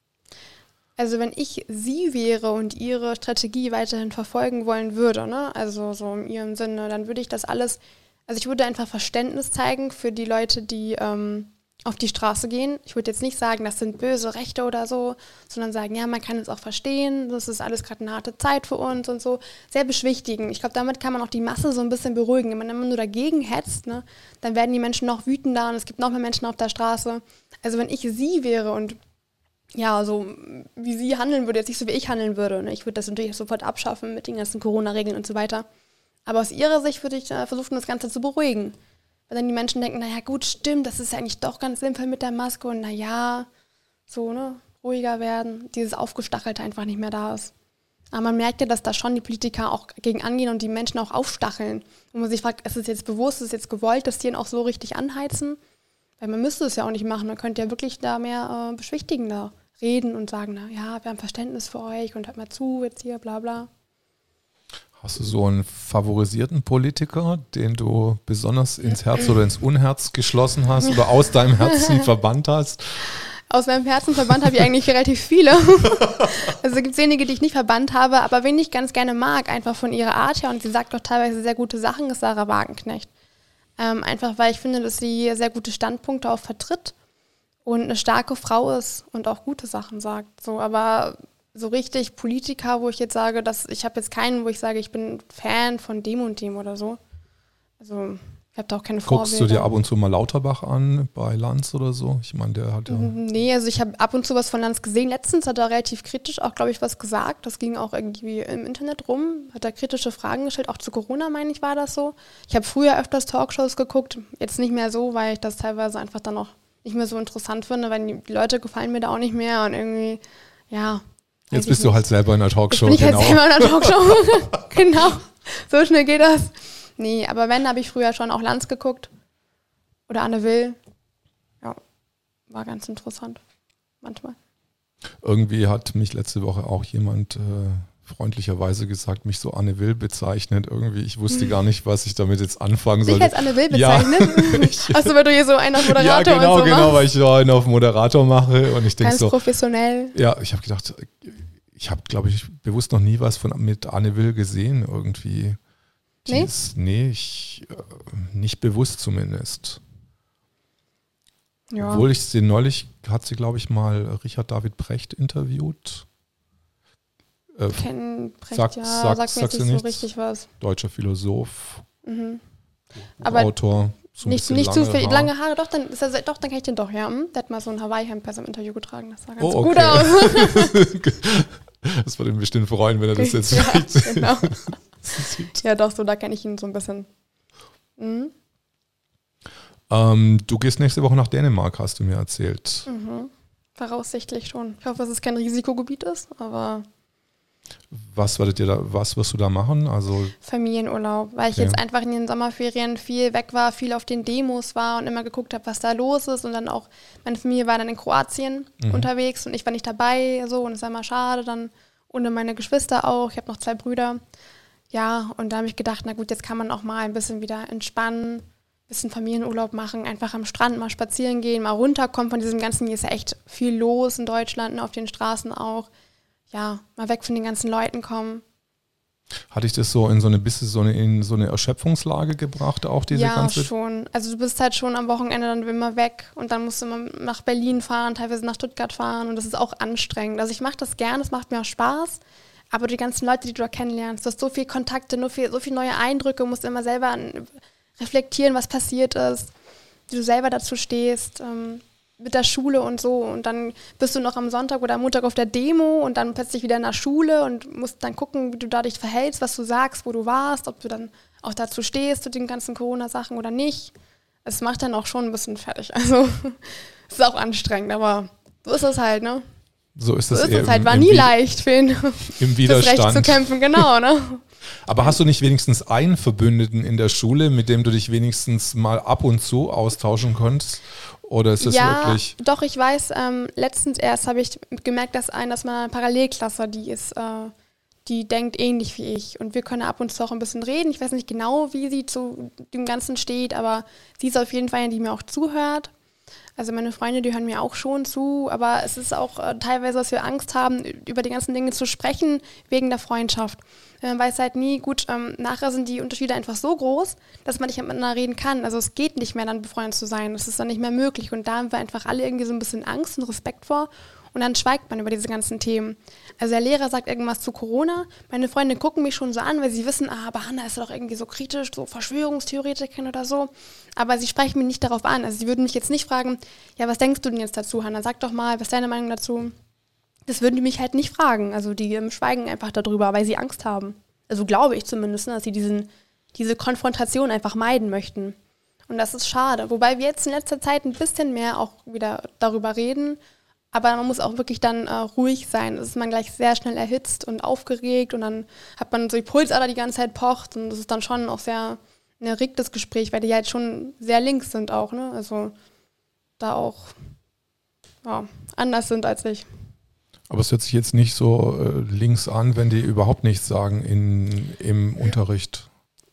Also wenn ich sie wäre und ihre Strategie weiterhin verfolgen wollen würde, ne, also so in ihrem Sinne, dann würde ich das alles, also ich würde einfach Verständnis zeigen für die Leute, die ähm, auf die Straße gehen. Ich würde jetzt nicht sagen, das sind böse Rechte oder so, sondern sagen, ja, man kann es auch verstehen, das ist alles gerade eine harte Zeit für uns und so. Sehr beschwichtigen. Ich glaube, damit kann man auch die Masse so ein bisschen beruhigen. Wenn man immer nur dagegen hetzt, ne, dann werden die Menschen noch wütender und es gibt noch mehr Menschen auf der Straße. Also wenn ich sie wäre und ja, so wie sie handeln würde, jetzt nicht so wie ich handeln würde. Ne? Ich würde das natürlich sofort abschaffen mit den ganzen Corona-Regeln und so weiter. Aber aus ihrer Sicht würde ich äh, versuchen, das Ganze zu beruhigen. Weil dann die Menschen denken, naja gut, stimmt, das ist ja eigentlich doch ganz sinnvoll mit der Maske und naja, so, ne, ruhiger werden, dieses Aufgestachelte einfach nicht mehr da ist. Aber man merkt ja, dass da schon die Politiker auch gegen angehen und die Menschen auch aufstacheln. Und man sich fragt, ist es jetzt bewusst, ist es jetzt gewollt, dass die ihn auch so richtig anheizen? Weil man müsste es ja auch nicht machen, man könnte ja wirklich da mehr äh, beschwichtigender reden und sagen, na ja, wir haben Verständnis für euch und hört mal zu, jetzt hier, bla bla. Hast du so einen favorisierten Politiker, den du besonders ins Herz oder ins Unherz geschlossen hast oder aus deinem Herzen verbannt hast? Aus meinem Herzen verbannt habe ich eigentlich relativ viele. Also gibt es wenige, die ich nicht verbannt habe, aber wen ich ganz gerne mag, einfach von ihrer Art her, und sie sagt doch teilweise sehr gute Sachen, ist Sarah Wagenknecht. Ähm, einfach weil ich finde, dass sie sehr gute Standpunkte auch vertritt und eine starke Frau ist und auch gute Sachen sagt. So, aber so richtig Politiker, wo ich jetzt sage, dass ich habe jetzt keinen, wo ich sage, ich bin Fan von dem und dem oder so. Also ich habe da auch keine Vorbilder. Guckst du dir ab und zu mal Lauterbach an bei Lanz oder so? Ich meine, der hat ja... Nee, also ich habe ab und zu was von Lanz gesehen. Letztens hat er relativ kritisch auch, glaube ich, was gesagt. Das ging auch irgendwie im Internet rum. Hat er kritische Fragen gestellt, auch zu Corona, meine ich, war das so. Ich habe früher öfters Talkshows geguckt, jetzt nicht mehr so, weil ich das teilweise einfach dann auch nicht mehr so interessant finde, weil die Leute gefallen mir da auch nicht mehr und irgendwie, ja... Jetzt bist du halt selber in der Talkshow. Jetzt bin ich genau. halt selber in der Talkshow. Genau, so schnell geht das. Nee, aber wenn, habe ich früher schon auch Lanz geguckt. Oder Anne Will. Ja, war ganz interessant. Manchmal. Irgendwie hat mich letzte Woche auch jemand äh, freundlicherweise gesagt, mich so Anne Will bezeichnet. Irgendwie, ich wusste gar nicht, was ich damit jetzt anfangen soll. Dich als Anne Will bezeichnet? Ja. Achso, weil du hier so einen auf Moderator ja, genau, und so genau, machst. weil ich so einen auf Moderator mache. Und ich denke ganz so, professionell. Ja, ich habe gedacht, ich habe, glaube ich, bewusst noch nie was von mit Anne Will gesehen irgendwie. Die nee? Ist, nee, ich, äh, nicht bewusst zumindest. Ja. Obwohl ich sie neulich, hat sie, glaube ich, mal Richard David Precht interviewt. Äh, Ken Precht, sag, ja, sag, sagt mir jetzt nicht so richtig was. Deutscher Philosoph, mhm. Aber Autor. So nicht nicht lange zu viel, Haar. lange Haare, doch, dann, ist er, doch, dann kann ich den doch, ja. Hm? Der hat mal so ein Hawaii-Hemd bei seinem Interview getragen, das sah ganz oh, okay. gut aus. Das würde ihn bestimmt freuen, wenn er das jetzt ja, vielleicht genau. sieht. Ja, doch, so, da kenne ich ihn so ein bisschen. Mhm. Ähm, du gehst nächste Woche nach Dänemark, hast du mir erzählt. Mhm. Voraussichtlich schon. Ich hoffe, dass es kein Risikogebiet ist, aber Was werdet ihr da, was wirst du da machen? Also Familienurlaub, weil ich okay. jetzt einfach in den Sommerferien viel weg war, viel auf den Demos war und immer geguckt habe, was da los ist. Und dann auch, meine Familie war dann in Kroatien mhm. unterwegs und ich war nicht dabei, so, und es war immer schade, dann ohne meine Geschwister auch. Ich habe noch zwei Brüder. Ja, und da habe ich gedacht, na gut, jetzt kann man auch mal ein bisschen wieder entspannen, ein bisschen Familienurlaub machen, einfach am Strand mal spazieren gehen, mal runterkommen von diesem ganzen, hier ist ja echt viel los in Deutschland, auf den Straßen auch. Ja, mal weg von den ganzen Leuten kommen. Hatte ich das so in so eine bisschen so eine, in so eine Erschöpfungslage gebracht, auch diese ja, ganze? Ja, schon. Also du bist halt schon am Wochenende dann immer weg und dann musst du immer nach Berlin fahren, teilweise nach Stuttgart fahren und das ist auch anstrengend. Also ich mache das gerne, es macht mir auch Spaß, aber die ganzen Leute, die du da kennenlernst, du hast so viele Kontakte, nur viel, so viele neue Eindrücke, musst immer selber an, reflektieren, was passiert ist, wie du selber dazu stehst, ähm, mit der Schule und so, und dann bist du noch am Sonntag oder am Montag auf der Demo und dann plötzlich wieder in der Schule und musst dann gucken, wie du da dich verhältst, was du sagst, wo du warst, ob du dann auch dazu stehst, zu den ganzen Corona-Sachen oder nicht. Es macht dann auch schon ein bisschen fertig. Also es ist auch anstrengend, aber so ist es halt, ne? So ist es, so ist es im, halt. War im nie Wi- leicht für ihn, im Widerstand. das Recht zu kämpfen, genau, ne? Aber hast du nicht wenigstens einen Verbündeten in der Schule, mit dem du dich wenigstens mal ab und zu austauschen konntest? Oder ist das ja, wirklich... doch, ich weiß, ähm, letztens erst habe ich gemerkt, dass ein, dass meine Parallelklasse, die ist, äh, die denkt ähnlich wie ich. Und wir können ab und zu auch ein bisschen reden. Ich weiß nicht genau, wie sie zu dem Ganzen steht, aber sie ist auf jeden Fall eine, die mir auch zuhört. Also meine Freunde, die hören mir auch schon zu, aber es ist auch äh, teilweise, dass wir Angst haben, über die ganzen Dinge zu sprechen, wegen der Freundschaft. Man weiß halt nie, gut, ähm, nachher sind die Unterschiede einfach so groß, dass man nicht miteinander reden kann. Also es geht nicht mehr, dann befreundet zu sein. Das ist dann nicht mehr möglich. Und da haben wir einfach alle irgendwie so ein bisschen Angst und Respekt vor. Und dann schweigt man über diese ganzen Themen. Also der Lehrer sagt irgendwas zu Corona. Meine Freunde gucken mich schon so an, weil sie wissen, ah, aber Hannah ist doch irgendwie so kritisch, so Verschwörungstheoretikerin oder so. Aber sie sprechen mich nicht darauf an. Also sie würden mich jetzt nicht fragen, ja, was denkst du denn jetzt dazu, Hannah? Sag doch mal, was ist deine Meinung dazu? Das würden die mich halt nicht fragen. Also die ähm, schweigen einfach darüber, weil sie Angst haben. Also glaube ich zumindest, ne, dass sie diesen, diese Konfrontation einfach meiden möchten. Und das ist schade. Wobei wir jetzt in letzter Zeit ein bisschen mehr auch wieder darüber reden. Aber man muss auch wirklich dann äh, ruhig sein. Das ist man gleich sehr schnell erhitzt und aufgeregt. Und dann hat man so die Pulsader die ganze Zeit pocht. Und das ist dann schon auch sehr ein erregtes Gespräch, weil die halt schon sehr links sind auch. Ne? Also da auch ja, anders sind als ich. Aber es hört sich jetzt nicht so äh, links an, wenn die überhaupt nichts sagen in, im Unterricht.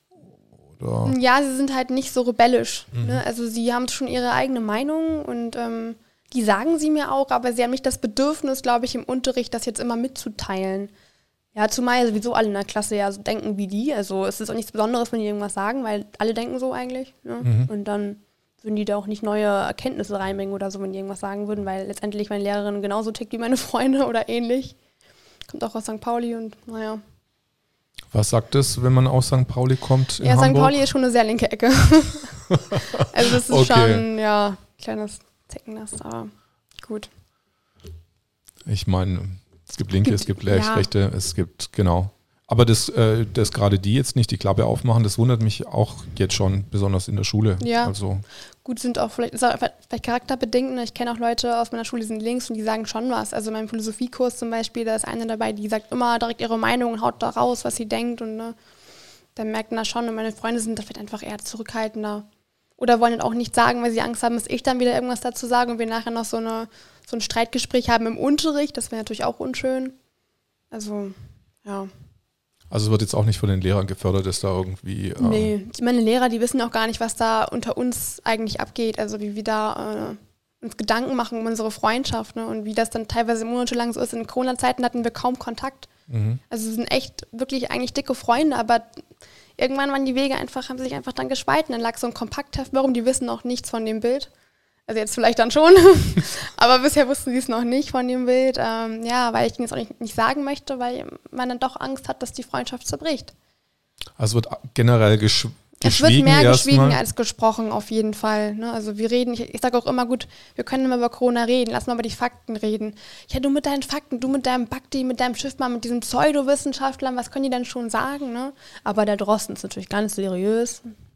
Oder? Ja, sie sind halt nicht so rebellisch. Mhm. Ne? Also sie haben schon ihre eigene Meinung und ähm, die sagen sie mir auch, aber sie haben nicht das Bedürfnis, glaube ich, im Unterricht das jetzt immer mitzuteilen. Ja, zumal sowieso alle in der Klasse ja so denken wie die. Also es ist auch nichts Besonderes, wenn die irgendwas sagen, weil alle denken so eigentlich. Ne? Mhm. Und dann würden die da auch nicht neue Erkenntnisse reinbringen oder so, wenn die irgendwas sagen würden, weil letztendlich meine Lehrerin genauso tickt wie meine Freunde oder ähnlich. Kommt auch aus Sankt Pauli und naja. Was sagt es, wenn man aus Sankt Pauli kommt in Ja, Hamburg? Sankt Pauli ist schon eine sehr linke Ecke. Also das ist okay. schon, ja, kleines Zeckennest, aber gut. Ich meine, es gibt Linke, gibt, es gibt Rechte, ja. Rechte, es gibt, genau. Aber dass, äh, dass gerade die jetzt nicht die Klappe aufmachen, das wundert mich auch jetzt schon, besonders in der Schule. Ja, also. Gut, sind auch vielleicht, ist auch vielleicht charakterbedingt. Ne? Ich kenne auch Leute aus meiner Schule, die sind links und die sagen schon was. Also in meinem Philosophiekurs zum Beispiel, da ist eine dabei, die sagt immer direkt ihre Meinung und haut da raus, was sie denkt. Und ne, dann merkt man das schon. Und meine Freunde sind da vielleicht einfach eher zurückhaltender. Oder wollen dann auch nicht sagen, weil sie Angst haben, dass ich dann wieder irgendwas dazu sage und wir nachher noch so, eine, so ein Streitgespräch haben im Unterricht. Das wäre natürlich auch unschön. Also, ja. Also es wird jetzt auch nicht von den Lehrern gefördert, dass da irgendwie... Ähm Nee, meine Lehrer, die wissen auch gar nicht, was da unter uns eigentlich abgeht. Also wie wir da äh, uns Gedanken machen um unsere Freundschaft, ne? Und wie das dann teilweise monatelang so ist. In Corona-Zeiten hatten wir kaum Kontakt. Mhm. Also wir sind echt wirklich eigentlich dicke Freunde, aber irgendwann waren die Wege einfach, haben sich einfach dann gespalten. Dann lag so ein Kompaktheft warum, die wissen auch nichts von dem Bild. Also jetzt vielleicht dann schon, aber bisher wussten sie es noch nicht von dem Bild. Ähm, ja, weil ich es auch nicht, nicht sagen möchte, weil man dann doch Angst hat, dass die Freundschaft zerbricht. Also wird generell gesch- es geschwiegen. Es wird mehr geschwiegen mal. als gesprochen, auf jeden Fall. Ne? Also wir reden, ich, ich sage auch immer, gut, wir können immer über Corona reden, lass mal über die Fakten reden. Ja, du mit deinen Fakten, du mit deinem Bakti, mit deinem Schiffmann, mit diesem Pseudowissenschaftlern, was können die denn schon sagen? Ne? Aber der Drosten ist natürlich ganz seriös.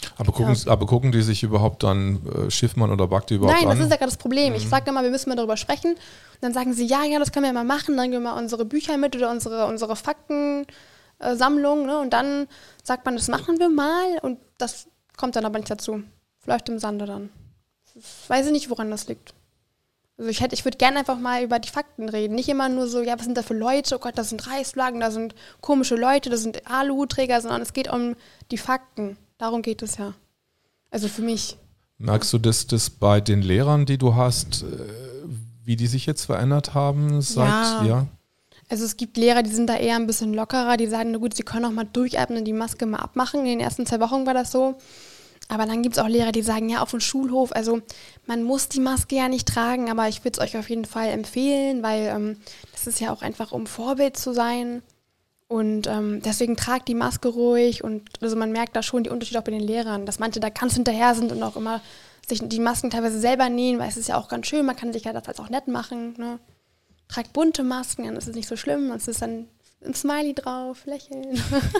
Aber gucken, ja. aber gucken die sich überhaupt dann äh, Schiffmann oder Bagdi überhaupt Nein, an? Nein, das ist ja gerade das Problem. Mhm. Ich sage immer, wir müssen mal darüber sprechen. Und dann sagen sie, ja, ja, das können wir mal machen. Dann geben wir unsere Bücher mit oder unsere, unsere Faktensammlung. Ne? Und dann sagt man, das machen wir mal. Und das kommt dann aber nicht dazu. Läuft im Sande dann. Ich weiß nicht, woran das liegt. Also ich hätte, ich würde gerne einfach mal über die Fakten reden. Nicht immer nur so, ja, was sind da für Leute? Oh Gott, das sind Reichsflaggen, da sind komische Leute, das sind Aluhutträger, sondern es geht um die Fakten. Darum geht es ja. Also für mich. Merkst du das, das bei den Lehrern, die du hast, wie die sich jetzt verändert haben? Seit, ja. ja. Also es gibt Lehrer, die sind da eher ein bisschen lockerer, die sagen, na gut, sie können auch mal durchatmen, die Maske mal abmachen. In den ersten zwei Wochen war das so. Aber dann gibt es auch Lehrer, die sagen, ja, auf dem Schulhof, also man muss die Maske ja nicht tragen, aber ich würde es euch auf jeden Fall empfehlen, weil ähm, das ist ja auch einfach, um Vorbild zu sein. Und ähm, deswegen tragt die Maske ruhig. Und also man merkt da schon die Unterschiede auch bei den Lehrern, dass manche da ganz hinterher sind und auch immer sich die Masken teilweise selber nähen, weil es ist ja auch ganz schön, man kann sich ja das auch nett machen. Ne? Tragt bunte Masken, dann ist es nicht so schlimm, es ist dann ein Smiley drauf, lächeln.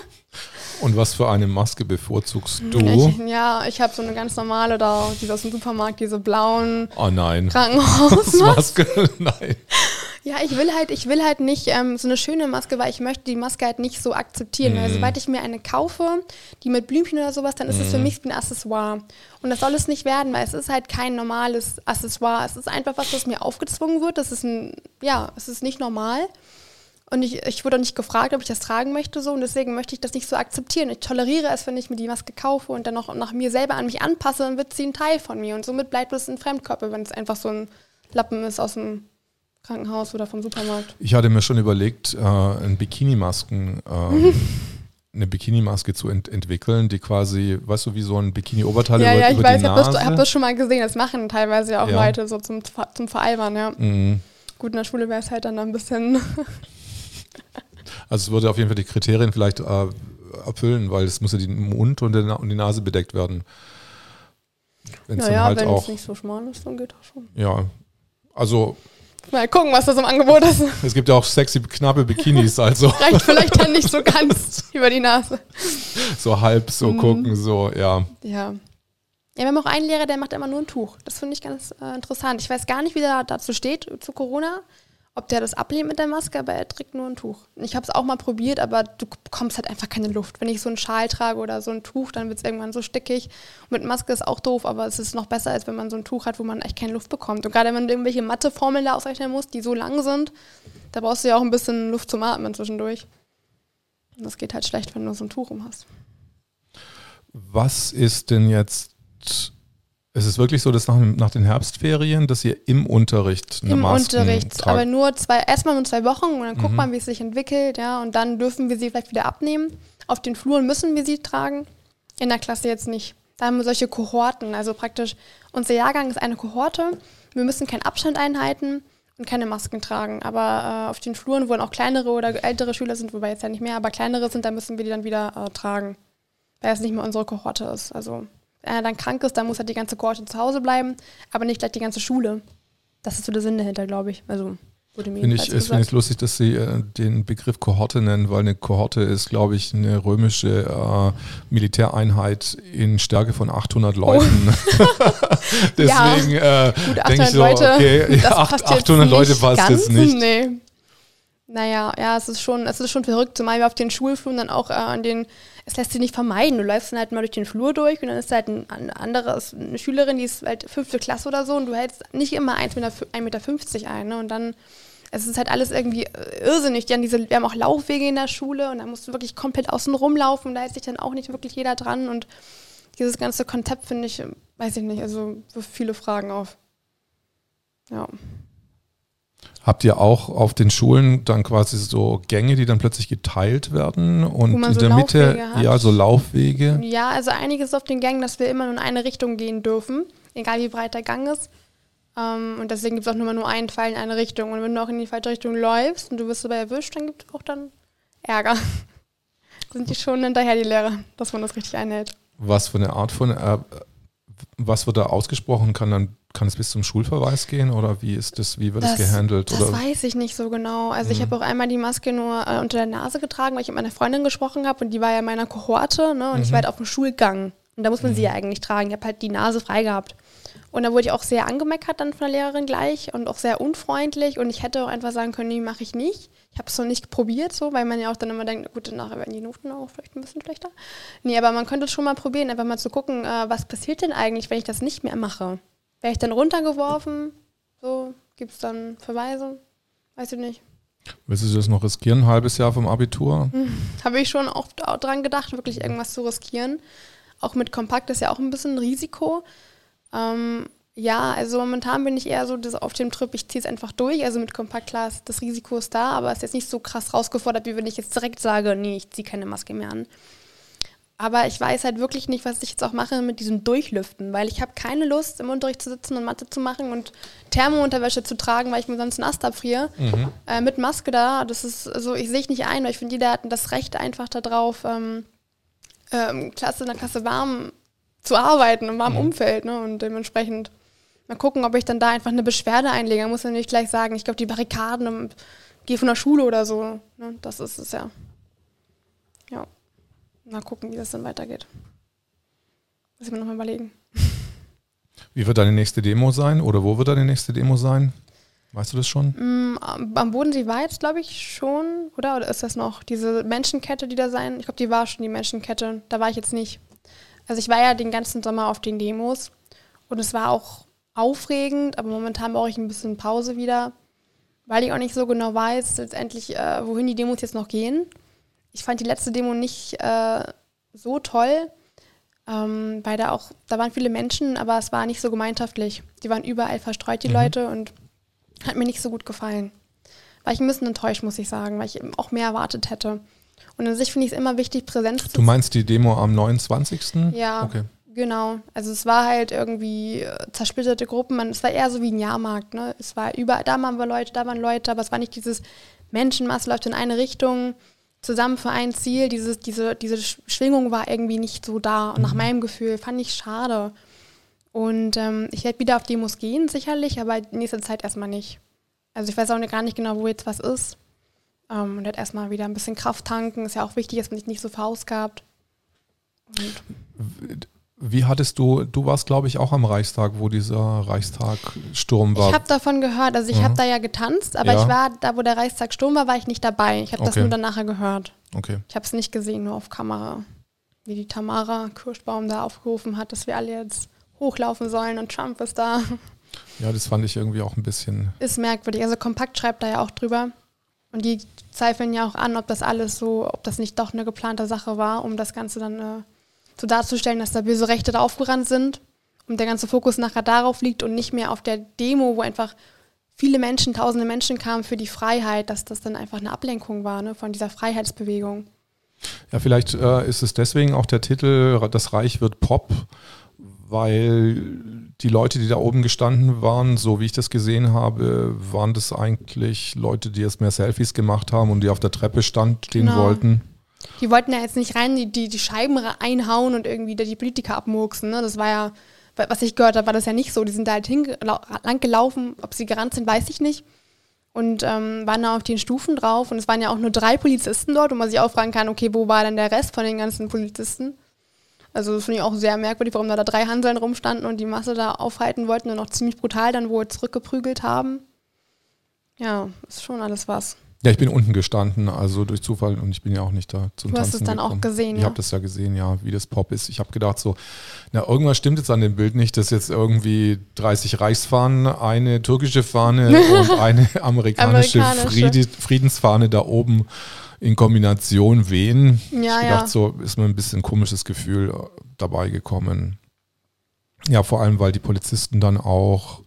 Und was für eine Maske bevorzugst du? Ich, ja, ich habe so eine ganz normale da, diese aus dem Supermarkt, diese blauen oh nein. Krankenhausmasken. Nein. Ja, ich will halt, ich will halt nicht ähm, so eine schöne Maske, weil ich möchte die Maske halt nicht so akzeptieren. Mm. Also sobald ich mir eine kaufe, die mit Blümchen oder sowas, dann ist es mm. für mich ein Accessoire. Und das soll es nicht werden, weil es ist halt kein normales Accessoire. Es ist einfach was, was mir aufgezwungen wird. Das ist ein, ja, es ist nicht normal. Und ich, ich wurde auch nicht gefragt, ob ich das tragen möchte so und deswegen möchte ich das nicht so akzeptieren. Ich toleriere es, wenn ich mir die Maske kaufe und dann auch nach mir selber an mich anpasse, dann wird sie ein Teil von mir und somit bleibt es ein Fremdkörper, wenn es einfach so ein Lappen ist aus dem Krankenhaus oder vom Supermarkt. Ich hatte mir schon überlegt, äh, ein Bikini-Masken, äh, eine Bikini-Maske zu ent- entwickeln, die quasi, weißt du, wie so ein Bikini-Oberteil ja, über, ja, ich über weiß, die Nase. Ja, ich habe das, hab das schon mal gesehen, das machen teilweise auch ja. Leute so zum, zum Veralbern, ja. Mhm. Gut, in der Schule wäre es halt dann ein bisschen... Also es würde auf jeden Fall die Kriterien vielleicht äh, erfüllen, weil es muss ja die Mund und die, und die Nase bedeckt werden. Wenn's naja, halt wenn auch, es nicht so schmal ist, dann geht das schon. Ja, also... Mal gucken, was das im Angebot ist. Es gibt ja auch sexy, knappe Bikinis, also... Reicht vielleicht dann nicht so ganz über die Nase. So halb, so mhm. gucken, so, ja. Ja. Ja, wir haben auch einen Lehrer, der macht immer nur ein Tuch. Das finde ich ganz äh, interessant. Ich weiß gar nicht, wie der dazu steht, zu Corona. Ob der das ablehnt mit der Maske, aber er trägt nur ein Tuch. Ich habe es auch mal probiert, aber du bekommst halt einfach keine Luft. Wenn ich so einen Schal trage oder so ein Tuch, dann wird es irgendwann so stickig. Und mit Maske ist auch doof, aber es ist noch besser, als wenn man so ein Tuch hat, wo man echt keine Luft bekommt. Und gerade wenn du irgendwelche Matheformeln da ausrechnen musst, die so lang sind, da brauchst du ja auch ein bisschen Luft zum Atmen zwischendurch. Und das geht halt schlecht, wenn du so ein Tuch um hast. Was ist denn jetzt... Es ist wirklich so, dass nach, nach den Herbstferien, dass ihr im Unterricht eine Im Masken Unterricht, tragt. aber nur zwei, erstmal nur zwei Wochen und dann guckt Mhm. man, wie es sich entwickelt, ja, und dann dürfen wir sie vielleicht wieder abnehmen. Auf den Fluren müssen wir sie tragen, in der Klasse jetzt nicht. Da haben wir solche Kohorten, also praktisch, unser Jahrgang ist eine Kohorte, wir müssen keinen Abstand einhalten und keine Masken tragen, aber äh, auf den Fluren, wo dann auch kleinere oder ältere Schüler sind, wobei jetzt ja nicht mehr, aber kleinere sind, da müssen wir die dann wieder äh, tragen, weil es nicht mehr unsere Kohorte ist, also... Wenn er dann krank ist, dann muss halt die ganze Kohorte zu Hause bleiben, aber nicht gleich die ganze Schule. Das ist so der Sinn dahinter, glaube ich. Also wurde mir Finde ich es find lustig, dass Sie äh, den Begriff Kohorte nennen, weil eine Kohorte ist, glaube ich, eine römische äh, Militäreinheit in Stärke von achthundert Leuten. Oh. Deswegen ja, äh, denke ich so, Leute, okay, ja, achthundert Leute passt jetzt nicht. Nee. Naja, ja, es ist schon, es ist schon verrückt, zumal wir auf den Schulfluren dann auch äh, an den, es lässt sich nicht vermeiden, du läufst dann halt mal durch den Flur durch und dann ist halt ein, ein anderes, eine Schülerin, die ist halt fünfte Klasse oder so und du hältst nicht immer ein Meter fünfzig ein, ne? Und dann, es ist halt alles irgendwie irrsinnig, die haben diese, wir haben auch Laufwege in der Schule und da musst du wirklich komplett außen rumlaufen, da hält sich dann auch nicht wirklich jeder dran und dieses ganze Konzept finde ich, weiß ich nicht, also wirft viele Fragen auf. Ja. Habt ihr auch auf den Schulen dann quasi so Gänge, die dann plötzlich geteilt werden und in so der Mitte hat. ja so Laufwege? Ja, also einiges auf den Gängen, dass wir immer nur in eine Richtung gehen dürfen, egal wie breit der Gang ist. Um, und deswegen gibt es auch nur, nur einen Pfeil in eine Richtung. Und wenn du auch in die falsche Richtung läufst und du wirst dabei erwischt, dann gibt es auch dann Ärger. Sind die schon hinterher, die Lehrer, dass man das richtig einhält. Was für eine Art von, äh, was wird da ausgesprochen? Kann dann Kann es bis zum Schulverweis gehen oder wie ist das, wie wird das, das gehandelt? Das oder? weiß ich nicht so genau. Also mhm. ich habe auch einmal die Maske nur äh, unter der Nase getragen, weil ich mit meiner Freundin gesprochen habe und die war ja in meiner Kohorte, ne? Und mhm. ich war halt auf dem Schulgang. Und da muss man mhm. sie ja eigentlich tragen. Ich habe halt die Nase frei gehabt. Und da wurde ich auch sehr angemeckert dann von der Lehrerin gleich und auch sehr unfreundlich. Und ich hätte auch einfach sagen können, nee, mache ich nicht. Ich habe es noch nicht probiert, so, weil man ja auch dann immer denkt, gut, nachher werden die Noten auch vielleicht ein bisschen schlechter. Nee, aber man könnte es schon mal probieren, einfach mal zu gucken, äh, was passiert denn eigentlich, wenn ich das nicht mehr mache? Wäre ich dann runtergeworfen? So, gibt es dann Verweise? Weiß ich nicht. Willst du das noch riskieren, ein halbes Jahr vom Abitur? Hm, habe ich schon oft auch dran gedacht, wirklich irgendwas zu riskieren. Auch mit Kompakt ist ja auch ein bisschen ein Risiko. Ähm, ja, also momentan bin ich eher so das auf dem Trip, ich ziehe es einfach durch. Also mit Kompakt, klar, das Risiko ist da, aber es ist jetzt nicht so krass rausgefordert, wie wenn ich jetzt direkt sage, nee, ich ziehe keine Maske mehr an. Aber ich weiß halt wirklich nicht, was ich jetzt auch mache mit diesem Durchlüften, weil ich habe keine Lust, im Unterricht zu sitzen und Mathe zu machen und Thermounterwäsche zu tragen, weil ich mir sonst nass abfriere. Mhm. Äh, mit Maske da, das ist, also ich sehe ich nicht ein, weil ich finde, jeder hat das Recht einfach darauf, ähm, ähm, Klasse in der Klasse warm zu arbeiten, im warmen mhm. Umfeld, ne? Und dementsprechend mal gucken, ob ich dann da einfach eine Beschwerde einlege. Man muss ja nicht gleich sagen, ich glaube, die Barrikaden und gehe von der Schule oder so. Ne? Das ist es ja. Ja. Mal gucken, wie das dann weitergeht. Muss ich mir nochmal überlegen. Wie wird deine nächste Demo sein? Oder wo wird deine nächste Demo sein? Weißt du das schon? Mm, am Bodensee war jetzt, glaube ich, schon. Oder? Oder ist das noch diese Menschenkette, die da sein? Ich glaube, die war schon die Menschenkette. Da war ich jetzt nicht. Also ich war ja den ganzen Sommer auf den Demos und es war auch aufregend, aber momentan brauche ich ein bisschen Pause wieder, weil ich auch nicht so genau weiß, letztendlich, äh, wohin die Demos jetzt noch gehen. Ich fand die letzte Demo nicht äh, so toll, ähm, weil da auch, da waren viele Menschen, aber es war nicht so gemeinschaftlich. Die waren überall verstreut, die mhm. Leute, und hat mir nicht so gut gefallen. War ich ein bisschen enttäuscht, muss ich sagen, weil ich eben auch mehr erwartet hätte. Und an sich finde ich es immer wichtig, Präsenz zu... Du meinst die Demo am neunundzwanzigsten? Ja, okay. Genau. Also es war halt irgendwie äh, zersplitterte Gruppen. Man, es war eher so wie ein Jahrmarkt. Ne? Es war überall, da waren wir Leute, da waren Leute, aber es war nicht dieses Menschenmasse läuft in eine Richtung, zusammen für ein Ziel. Dieses, diese, diese Schwingung war irgendwie nicht so da. Und mhm. nach meinem Gefühl fand ich schade. Und ähm, ich werde wieder auf Demos gehen, sicherlich, aber in nächster Zeit erstmal nicht. Also ich weiß auch gar nicht genau, wo jetzt was ist. Um, und halt erstmal wieder ein bisschen Kraft tanken. Ist ja auch wichtig, dass man sich nicht so verausgabt. Und Wie hattest du, du warst, glaube ich, auch am Reichstag, wo dieser Reichstagsturm war. Ich habe davon gehört, also ich mhm. habe da ja getanzt, aber ja. ich war, da wo der Reichstagsturm war, war ich nicht dabei. Ich habe okay. das nur dann nachher gehört. Okay. Ich habe es nicht gesehen, nur auf Kamera. Wie die Tamara Kirschbaum da aufgerufen hat, dass wir alle jetzt hochlaufen sollen und Trump ist da. Ja, das fand ich irgendwie auch ein bisschen... Ist merkwürdig. Also Kompakt schreibt da ja auch drüber. Und die zweifeln ja auch an, ob das alles so, ob das nicht doch eine geplante Sache war, um das Ganze dann äh, so darzustellen, dass da böse Rechte da aufgerannt sind und der ganze Fokus nachher darauf liegt und nicht mehr auf der Demo, wo einfach viele Menschen, tausende Menschen kamen für die Freiheit, dass das dann einfach eine Ablenkung war, ne, von dieser Freiheitsbewegung. Ja, vielleicht äh, ist es deswegen auch der Titel, das Reich wird Pop, weil die Leute, die da oben gestanden waren, so wie ich das gesehen habe, waren das eigentlich Leute, die jetzt mehr Selfies gemacht haben und die auf der Treppe stand, stehen genau. wollten. Die wollten ja jetzt nicht rein, die, die, die Scheiben einhauen und irgendwie die Politiker abmurksen. Ne? Das war ja, was ich gehört habe, war das ja nicht so. Die sind da halt lang gelaufen, ob sie gerannt sind, weiß ich nicht. Und ähm, waren da auf den Stufen drauf und es waren ja auch nur drei Polizisten dort, wo man sich auch fragen kann, okay, wo war denn der Rest von den ganzen Polizisten? Also das finde ich auch sehr merkwürdig, warum da, da drei Hanseln rumstanden und die Masse da aufhalten wollten und auch ziemlich brutal dann wohl zurückgeprügelt haben. Ja, ist schon alles was. Ja, ich bin unten gestanden, also durch Zufall, und ich bin ja auch nicht da zum Tanzen gekommen. Du hast es dann gekommen. Auch gesehen, Ich ja? habe das ja gesehen, ja, wie das Pop ist. Ich habe gedacht so, na, irgendwas stimmt jetzt an dem Bild nicht, dass jetzt irgendwie dreißig Reichsfahnen, eine türkische Fahne und eine amerikanische, amerikanische. Friede, Friedensfahne da oben in Kombination wehen. Ja, ich ja. dachte so, ist mir ein bisschen ein komisches Gefühl dabei gekommen. Ja, vor allem, weil die Polizisten dann auch,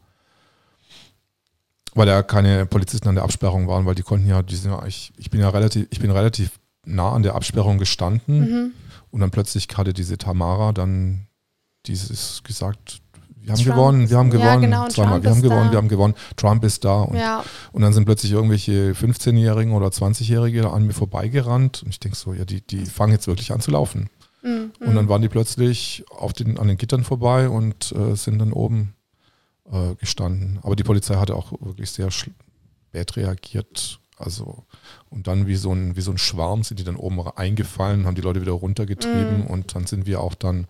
weil da keine Polizisten an der Absperrung waren, weil die konnten ja, die sind ja ich, ich bin ja relativ, ich bin relativ nah an der Absperrung gestanden mhm. und dann plötzlich hatte diese Tamara dann dieses gesagt, wir haben Trump gewonnen, wir haben gewonnen, ja, genau, zweimal, wir haben gewonnen, da. wir haben gewonnen, Trump ist da und, ja. und dann sind plötzlich irgendwelche fünfzehnjährigen oder zwanzigjährige an mir vorbeigerannt und ich denke so, ja, die, die fangen jetzt wirklich an zu laufen. Mhm. Und dann waren die plötzlich auf den, an den Gittern vorbei und äh, sind dann oben äh, gestanden. Aber die Polizei hatte auch wirklich sehr spät reagiert. Also, und dann wie so ein, wie so ein Schwarm sind die dann oben eingefallen, haben die Leute wieder runtergetrieben mm. und dann sind wir auch dann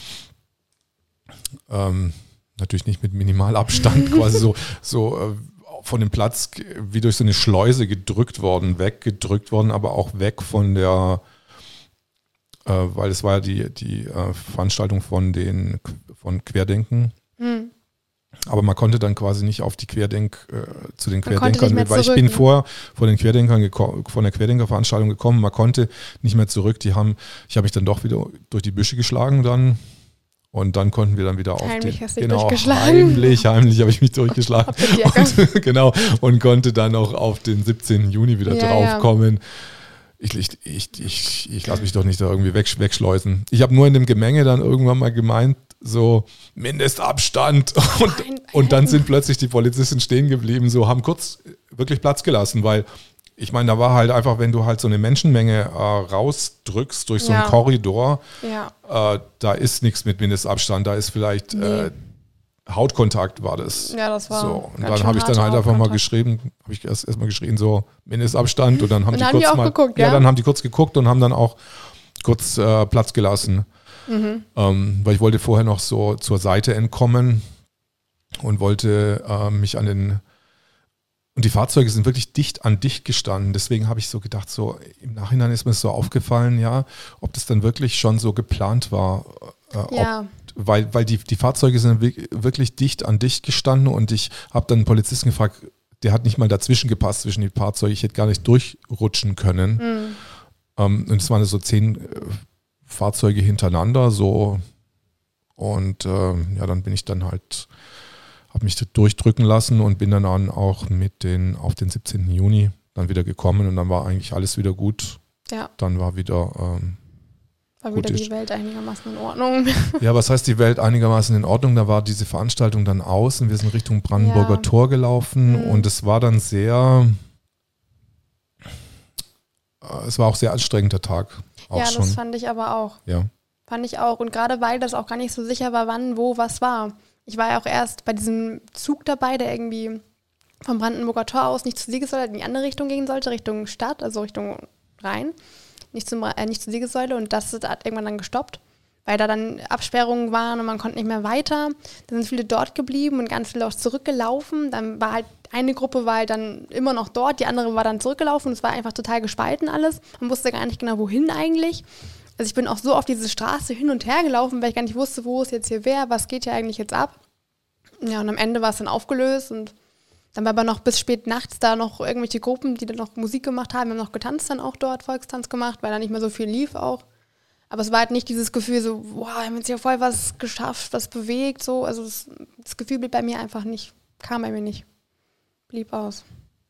ähm, natürlich nicht mit Minimalabstand quasi so, so äh, von dem Platz wie durch so eine Schleuse gedrückt worden, weggedrückt worden, aber auch weg von der, äh, weil es war ja die, die äh, Veranstaltung von den von Querdenken. Mm. Aber man konnte dann quasi nicht auf die Querdenk, äh, zu den man Querdenkern, weil ich bin vorher von den Querdenkern geko- von der Querdenkerveranstaltung gekommen, man konnte nicht mehr zurück. Die haben, ich habe mich dann doch wieder durch die Büsche geschlagen dann und dann konnten wir dann wieder auf heimlich die, hast du dich genau, durchgeschlagen. heimlich, heimlich habe ich mich durchgeschlagen und, genau und konnte dann auch auf den siebzehnten Juni wieder ja, draufkommen. Ja. Ich, ich, ich, ich, ich lasse mich doch nicht da irgendwie weg, wegschleusen. Ich habe nur in dem Gemenge dann irgendwann mal gemeint, so Mindestabstand und, und dann sind plötzlich die Polizisten stehen geblieben, so haben kurz wirklich Platz gelassen, weil ich meine, da war halt einfach, wenn du halt so eine Menschenmenge äh, rausdrückst durch so ja. einen Korridor, ja. äh, da ist nichts mit Mindestabstand, da ist vielleicht nee. äh, Hautkontakt war das. Ja, das war so. Und dann habe ich dann halt einfach mal geschrieben, habe ich erst erstmal geschrien, so Mindestabstand und dann haben und die haben kurz die auch mal, geguckt, ja? ja, dann haben die kurz geguckt und haben dann auch kurz äh, Platz gelassen. Mhm. Ähm, weil ich wollte vorher noch so zur Seite entkommen und wollte äh, mich an den, und die Fahrzeuge sind wirklich dicht an dicht gestanden, deswegen habe ich so gedacht, so im Nachhinein ist mir so aufgefallen, ja, ob das dann wirklich schon so geplant war, äh, ja. ob, weil, weil die, die Fahrzeuge sind wirklich dicht an dicht gestanden und ich habe dann einen Polizisten gefragt, der hat nicht mal dazwischen gepasst zwischen die Fahrzeuge, ich hätte gar nicht durchrutschen können. Mhm. Ähm, und es waren so zehn äh, Fahrzeuge hintereinander, so und äh, ja, dann bin ich dann halt, habe mich durchdrücken lassen und bin dann auch mit den, auf den siebzehnten Juni dann wieder gekommen und dann war eigentlich alles wieder gut. Ja. Dann war wieder ähm, war wieder die Welt einigermaßen in Ordnung. Ja, was heißt die Welt einigermaßen in Ordnung? Da war diese Veranstaltung dann aus und wir sind Richtung Brandenburger ja. Tor gelaufen mhm. und es war dann sehr, äh, es war auch sehr anstrengender Tag. Auch ja, schon. Das fand ich aber auch. Ja. Fand ich auch. Und gerade weil das auch gar nicht so sicher war, wann, wo, was war. Ich war ja auch erst bei diesem Zug dabei, der irgendwie vom Brandenburger Tor aus nicht zur Siegessäule in die andere Richtung gehen sollte, Richtung Stadt, also Richtung Rhein, nicht, zum, äh, nicht zur Siegessäule. Und das hat irgendwann dann gestoppt, weil da dann Absperrungen waren und man konnte nicht mehr weiter. Dann sind viele dort geblieben und ganz viele auch zurückgelaufen. Dann war halt eine Gruppe war halt dann immer noch dort, die andere war dann zurückgelaufen und es war einfach total gespalten alles. Man wusste gar nicht genau, wohin eigentlich. Also ich bin auch so auf diese Straße hin und her gelaufen, weil ich gar nicht wusste, wo es jetzt hier wäre, was geht hier eigentlich jetzt ab. Ja, und am Ende war es dann aufgelöst und dann war aber noch bis spät nachts da noch irgendwelche Gruppen, die dann noch Musik gemacht haben. Wir haben noch getanzt dann auch dort, Volkstanz gemacht, weil da nicht mehr so viel lief auch. Aber es war halt nicht dieses Gefühl so, wow, wir haben jetzt hier voll was geschafft, was bewegt, so. Also das, das Gefühl blieb bei mir einfach nicht, kam bei mir nicht. Blieb aus.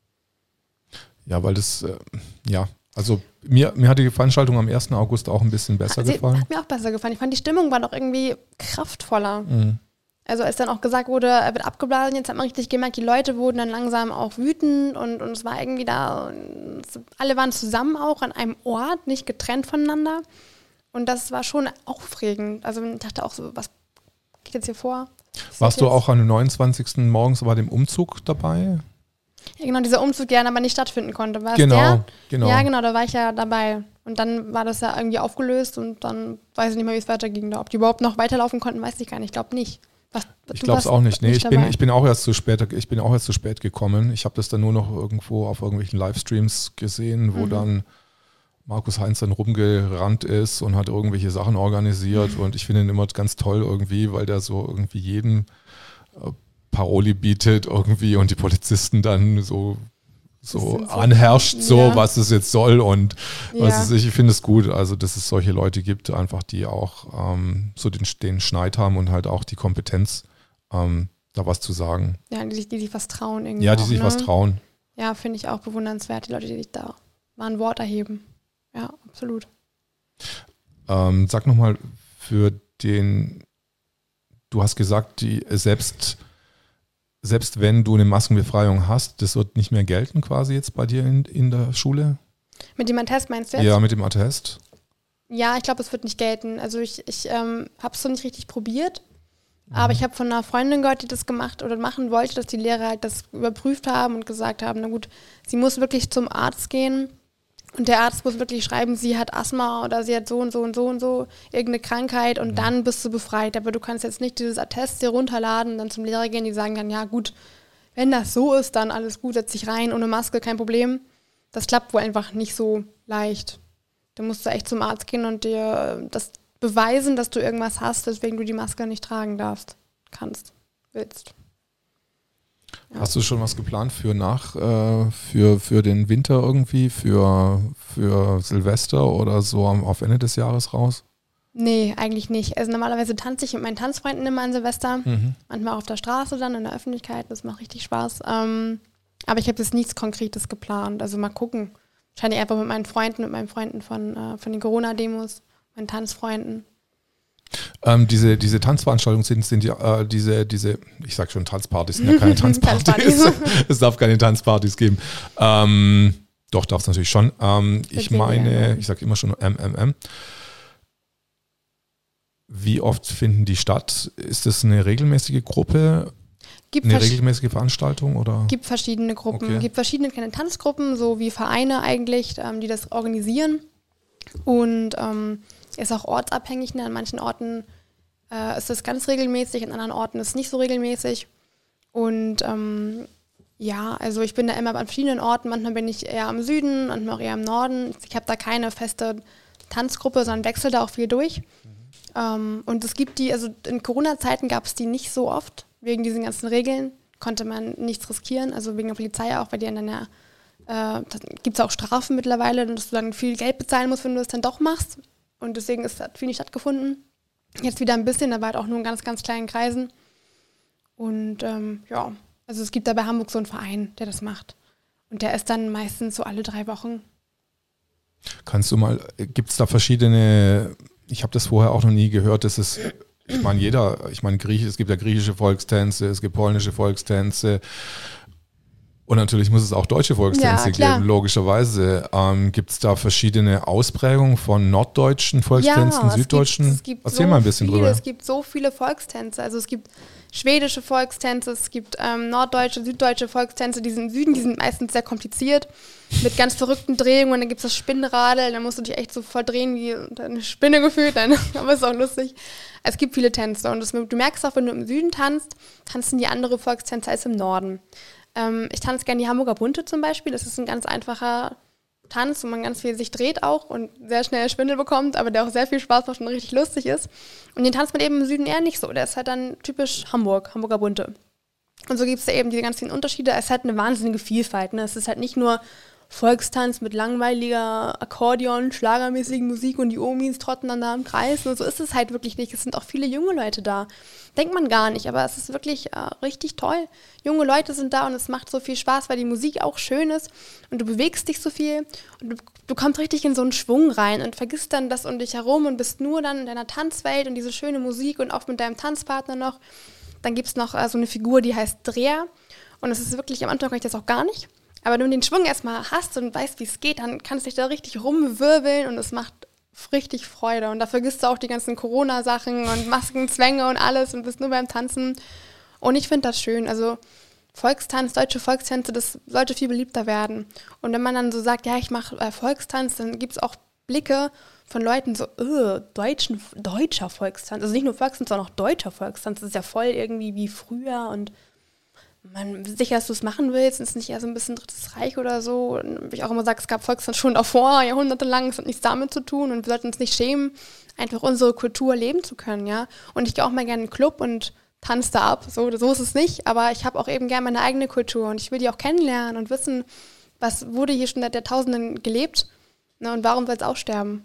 Ja, weil das, äh, ja, also mir, mir hat die Veranstaltung am ersten August auch ein bisschen besser Sie, gefallen. Hat mir auch besser gefallen. Ich fand, die Stimmung war doch irgendwie kraftvoller. Mhm. Also als dann auch gesagt wurde, er wird abgeblasen, jetzt hat man richtig gemerkt, die Leute wurden dann langsam auch wütend und, und es war irgendwie da, alle waren zusammen auch an einem Ort, nicht getrennt voneinander. Und das war schon aufregend. Also ich dachte auch so, was geht jetzt hier vor? Was Warst du jetzt? Auch am neunundzwanzigsten morgens bei dem Umzug dabei? Ja, genau, dieser Umzug, der dann aber nicht stattfinden konnte. War es genau, der? genau. Ja, genau, da war ich ja dabei. Und dann war das ja irgendwie aufgelöst und dann weiß ich nicht mehr, wie es weiterging. Ob die überhaupt noch weiterlaufen konnten, weiß ich gar nicht. Ich glaube nicht. Was, ich glaube es auch nicht. Nee, nicht ich, bin, ich, bin auch erst zu spät, ich bin auch erst zu spät gekommen. Ich habe das dann nur noch irgendwo auf irgendwelchen Livestreams gesehen, wo mhm. dann Markus Heinz dann rumgerannt ist und hat irgendwelche Sachen organisiert. Mhm. Und ich finde ihn immer ganz toll irgendwie, weil der so irgendwie jedem äh, Paroli bietet irgendwie und die Polizisten dann so, so anherrscht, so ja. was es jetzt soll und ja. was es, ich finde es gut, also dass es solche Leute gibt, einfach die auch ähm, so den, den Schneid haben und halt auch die Kompetenz, ähm, da was zu sagen. Ja, die sich die sich was trauen irgendwie. Ja, die auch, sich ne? was trauen. Ja, finde ich auch bewundernswert, die Leute, die sich da mal ein Wort erheben. Ja, absolut. Ähm, sag nochmal für den, du hast gesagt, die selbst Selbst wenn du eine Maskenbefreiung hast, das wird nicht mehr gelten quasi jetzt bei dir in, in der Schule? Mit dem Attest meinst du jetzt? Ja, mit dem Attest. Ja, ich glaube, es wird nicht gelten. Also ich, ich ähm, habe es so nicht richtig probiert. Mhm. Aber ich habe von einer Freundin gehört, die das gemacht oder machen wollte, dass die Lehrer halt das überprüft haben und gesagt haben, na gut, sie muss wirklich zum Arzt gehen und der Arzt muss wirklich schreiben, sie hat Asthma oder sie hat so und so und so und so irgendeine Krankheit und mhm. dann bist du befreit. Aber du kannst jetzt nicht dieses Attest dir runterladen und dann zum Lehrer gehen, die sagen dann, ja gut, wenn das so ist, dann alles gut, setz dich rein, ohne Maske, kein Problem. Das klappt wohl einfach nicht so leicht. Da musst du echt zum Arzt gehen und dir das beweisen, dass du irgendwas hast, weswegen du die Maske nicht tragen darfst, kannst, willst. Ja. Hast du schon was geplant für nach, äh, für, für den Winter irgendwie, für, für Silvester oder so auf Ende des Jahres raus? Nee, eigentlich nicht. Also normalerweise tanze ich mit meinen Tanzfreunden immer an Silvester, mhm. manchmal auch auf der Straße dann, in der Öffentlichkeit, das macht richtig Spaß. Ähm, aber ich habe jetzt nichts Konkretes geplant, also mal gucken. Wahrscheinlich einfach mit meinen Freunden, mit meinen Freunden von, äh, von den Corona-Demos, meinen Tanzfreunden. Ähm, diese, diese Tanzveranstaltungen sind, sind ja äh, diese, diese, ich sag schon Tanzpartys, sind ja keine Tanzpartys. Es darf keine Tanzpartys geben. Ähm, doch, darf es natürlich schon. Ähm, ich meine, ich sage immer schon M M M. Wie oft finden die statt? Ist das eine regelmäßige Gruppe? Gibt eine regelmäßige Veranstaltung? Oder? Gibt verschiedene Gruppen. Okay. Gibt verschiedene kleine Tanzgruppen, so wie Vereine eigentlich, ähm, die das organisieren. Und ähm, ist auch ortsabhängig. Ne? An manchen Orten äh, ist das ganz regelmäßig, an anderen Orten ist es nicht so regelmäßig. Und ähm, ja, also ich bin da immer an verschiedenen Orten. Manchmal bin ich eher am Süden, manchmal auch eher im Norden. Ich habe da keine feste Tanzgruppe, sondern wechsle da auch viel durch. Mhm. Ähm, und es gibt die, also in Corona-Zeiten gab es die nicht so oft. Wegen diesen ganzen Regeln konnte man nichts riskieren. Also wegen der Polizei auch, weil die dann ja, äh, gibt es auch Strafen mittlerweile, dass du dann viel Geld bezahlen musst, wenn du das dann doch machst. Und deswegen ist das viel nicht stattgefunden. Jetzt wieder ein bisschen, aber halt auch nur in ganz, ganz kleinen Kreisen. Und ähm, ja, also es gibt da bei Hamburg so einen Verein, der das macht. Und der ist dann meistens so alle drei Wochen. Kannst du mal, gibt es da verschiedene, ich habe das vorher auch noch nie gehört, dass es, ich meine jeder, ich meine Griechisch, es gibt ja griechische Volkstänze, es gibt polnische Volkstänze. Und natürlich muss es auch deutsche Volkstänze ja, geben, logischerweise. Ähm, gibt es da verschiedene Ausprägungen von norddeutschen Volkstänzen, ja, süddeutschen? Es gibt, es gibt Erzähl so mal ein bisschen viele, drüber. Es gibt so viele Volkstänze. Also es gibt schwedische Volkstänze, es gibt ähm, norddeutsche, süddeutsche Volkstänze, die sind im Süden, die sind meistens sehr kompliziert, mit ganz verrückten Drehungen. Dann gibt es das Spinnradel, dann musst du dich echt so voll drehen wie eine Spinne gefühlt, dann, aber ist auch lustig. Es gibt viele Tänze und das, du merkst auch, wenn du im Süden tanzt, tanzen die andere Volkstänze als im Norden. Ähm, ich tanze gerne die Hamburger Bunte zum Beispiel. Das ist ein ganz einfacher Tanz, wo man ganz viel sich dreht auch und sehr schnell Schwindel bekommt, aber der auch sehr viel Spaß macht und richtig lustig ist. Und den tanzt man eben im Süden eher nicht so. Der ist halt dann typisch Hamburg, Hamburger Bunte. Und so gibt es da eben diese ganz vielen Unterschiede. Es ist halt eine wahnsinnige Vielfalt. Ne? Es ist halt nicht nur Volkstanz mit langweiliger Akkordeon, schlagermäßigen Musik und die Omis trotten dann da im Kreis. Und so ist es halt wirklich nicht. Es sind auch viele junge Leute da. Denkt man gar nicht, aber es ist wirklich äh, richtig toll. Junge Leute sind da und es macht so viel Spaß, weil die Musik auch schön ist und du bewegst dich so viel und du, du kommst richtig in so einen Schwung rein und vergisst dann das um dich herum und bist nur dann in deiner Tanzwelt und diese schöne Musik und auch mit deinem Tanzpartner noch. Dann gibt es noch äh, so eine Figur, die heißt Dreher und das ist wirklich, am Anfang kann ich das auch gar nicht. Aber wenn du den Schwung erstmal hast und weißt, wie es geht, dann kannst du dich da richtig rumwirbeln und es macht richtig Freude. Und da vergisst du auch die ganzen Corona-Sachen und Maskenzwänge und alles und bist nur beim Tanzen. Und ich finde das schön. Also Volkstanz, deutsche Volkstänze, das sollte viel beliebter werden. Und wenn man dann so sagt, ja, ich mache äh, Volkstanz, dann gibt es auch Blicke von Leuten so, äh, deutschen, deutscher Volkstanz. Also nicht nur Volkstanz, sondern auch deutscher Volkstanz. Das ist ja voll irgendwie wie früher und man sicher, dass du es machen willst, ist nicht eher so ein bisschen Drittes Reich oder so. Und wie ich auch immer sage, es gab Volkstanz schon davor, jahrhundertelang, es hat nichts damit zu tun und wir sollten uns nicht schämen, einfach unsere Kultur leben zu können, ja. Und ich gehe auch mal gerne in den Club und tanze da ab, so, so ist es nicht, aber ich habe auch eben gerne meine eigene Kultur und ich will die auch kennenlernen und wissen, was wurde hier schon seit Jahrtausenden gelebt, ne, und warum soll es aussterben?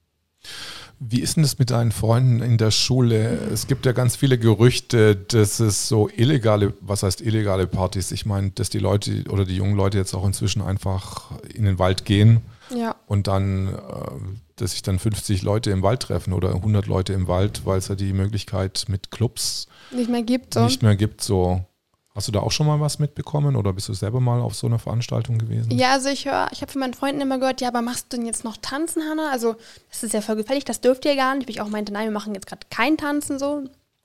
Wie ist denn das mit deinen Freunden in der Schule? Es gibt ja ganz viele Gerüchte, dass es so illegale, was heißt illegale Partys? Ich meine, dass die Leute oder die jungen Leute jetzt auch inzwischen einfach in den Wald gehen ja. und dann, dass sich dann fünfzig Leute im Wald treffen oder hundert Leute im Wald, weil es ja die Möglichkeit mit Clubs nicht mehr gibt. So. Nicht mehr gibt, so. Hast du da auch schon mal was mitbekommen oder bist du selber mal auf so einer Veranstaltung gewesen? Ja, also ich höre, ich habe von meinen Freunden immer gehört, ja, aber machst du denn jetzt noch Tanzen, Hannah? Also das ist ja voll gefällig, das dürft ihr gar nicht. Ich auch meinte, nein, wir machen jetzt gerade kein Tanzen so.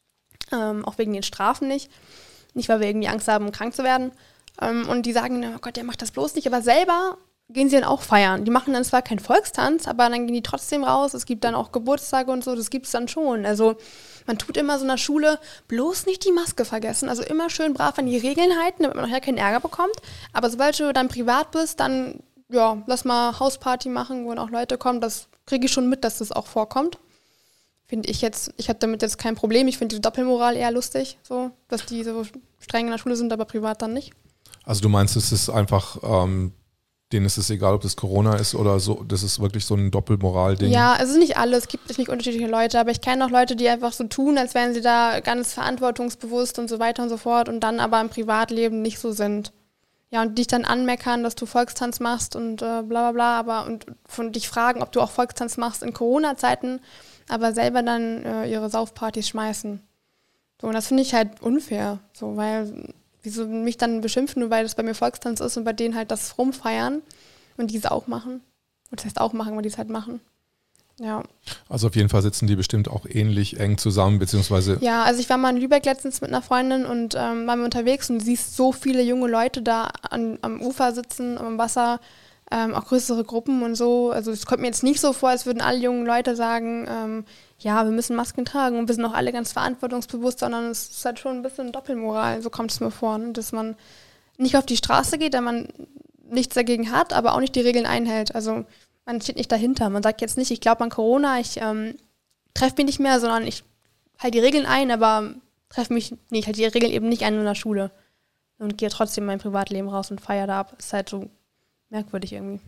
ähm, auch wegen den Strafen nicht. Nicht, weil wir irgendwie Angst haben, krank zu werden. Ähm, und die sagen, oh Gott, der macht das bloß nicht, aber selber gehen sie dann auch feiern. Die machen dann zwar keinen Volkstanz, aber dann gehen die trotzdem raus. Es gibt dann auch Geburtstage und so, das gibt es dann schon. Also man tut immer so in der Schule bloß nicht die Maske vergessen. Also immer schön brav an die Regeln halten, damit man nachher keinen Ärger bekommt. Aber sobald du dann privat bist, dann ja, lass mal Hausparty machen, wo dann auch Leute kommen. Das kriege ich schon mit, dass das auch vorkommt. Finde ich jetzt, ich habe damit jetzt kein Problem. Ich finde die Doppelmoral eher lustig, so, dass die so streng in der Schule sind, aber privat dann nicht. Also du meinst, es ist einfach, ähm, denen ist es egal, ob das Corona ist oder so, das ist wirklich so ein Doppelmoral-Ding? Ja, es ist nicht alles, es gibt nicht unterschiedliche Leute, aber ich kenne auch Leute, die einfach so tun, als wären sie da ganz verantwortungsbewusst und so weiter und so fort und dann aber im Privatleben nicht so sind. Ja, und dich dann anmeckern, dass du Volkstanz machst und äh, bla bla bla, aber und von dich fragen, ob du auch Volkstanz machst in Corona-Zeiten, aber selber dann äh, ihre Saufpartys schmeißen. So, und das finde ich halt unfair, so, weil wieso mich dann beschimpfen, nur weil das bei mir Volkstanz ist und bei denen halt das rumfeiern und die es auch machen. Und das heißt auch machen, weil die es halt machen. Ja. Also auf jeden Fall sitzen die bestimmt auch ähnlich eng zusammen, beziehungsweise... Ja, also ich war mal in Lübeck letztens mit einer Freundin und ähm, waren wir unterwegs und du siehst so viele junge Leute da an, am Ufer sitzen, am Wasser, ähm, auch größere Gruppen und so. Also es kommt mir jetzt nicht so vor, als würden alle jungen Leute sagen, ähm, ja, wir müssen Masken tragen und wir sind auch alle ganz verantwortungsbewusst, sondern es ist halt schon ein bisschen Doppelmoral, so kommt es mir vor, ne? Dass man nicht auf die Straße geht, da man nichts dagegen hat, aber auch nicht die Regeln einhält. Also man steht nicht dahinter. Man sagt jetzt nicht, ich glaube an Corona, ich ähm, treffe mich nicht mehr, sondern ich halte die Regeln ein, aber treffe mich nicht, halte die Regeln eben nicht ein in der Schule und gehe trotzdem mein Privatleben raus und feiere da ab. Ist halt so merkwürdig irgendwie.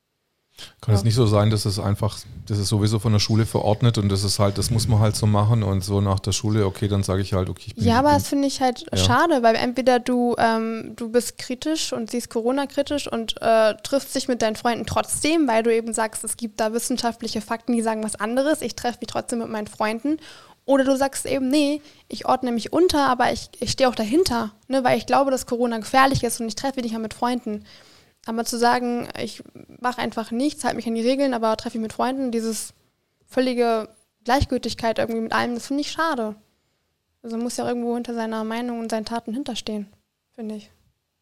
Kann es ja. nicht so sein, dass es einfach, das ist sowieso von der Schule verordnet und das ist halt, das muss man halt so machen und so nach der Schule, okay, dann sage ich halt, okay, ich bin... Ja, aber bin, das finde ich halt ja. schade, weil entweder du, ähm, du bist kritisch und siehst Corona kritisch und äh, triffst dich mit deinen Freunden trotzdem, weil du eben sagst, es gibt da wissenschaftliche Fakten, die sagen was anderes, ich treffe mich trotzdem mit meinen Freunden. Oder du sagst eben, nee, ich ordne mich unter, aber ich, ich stehe auch dahinter, ne, weil ich glaube, dass Corona gefährlich ist und ich treffe mich nicht mehr mit Freunden. Aber zu sagen, ich mache einfach nichts, halte mich an die Regeln, aber treffe mich mit Freunden, dieses völlige Gleichgültigkeit irgendwie mit allem, das finde ich schade. Also man muss ja irgendwo hinter seiner Meinung und seinen Taten hinterstehen, finde ich.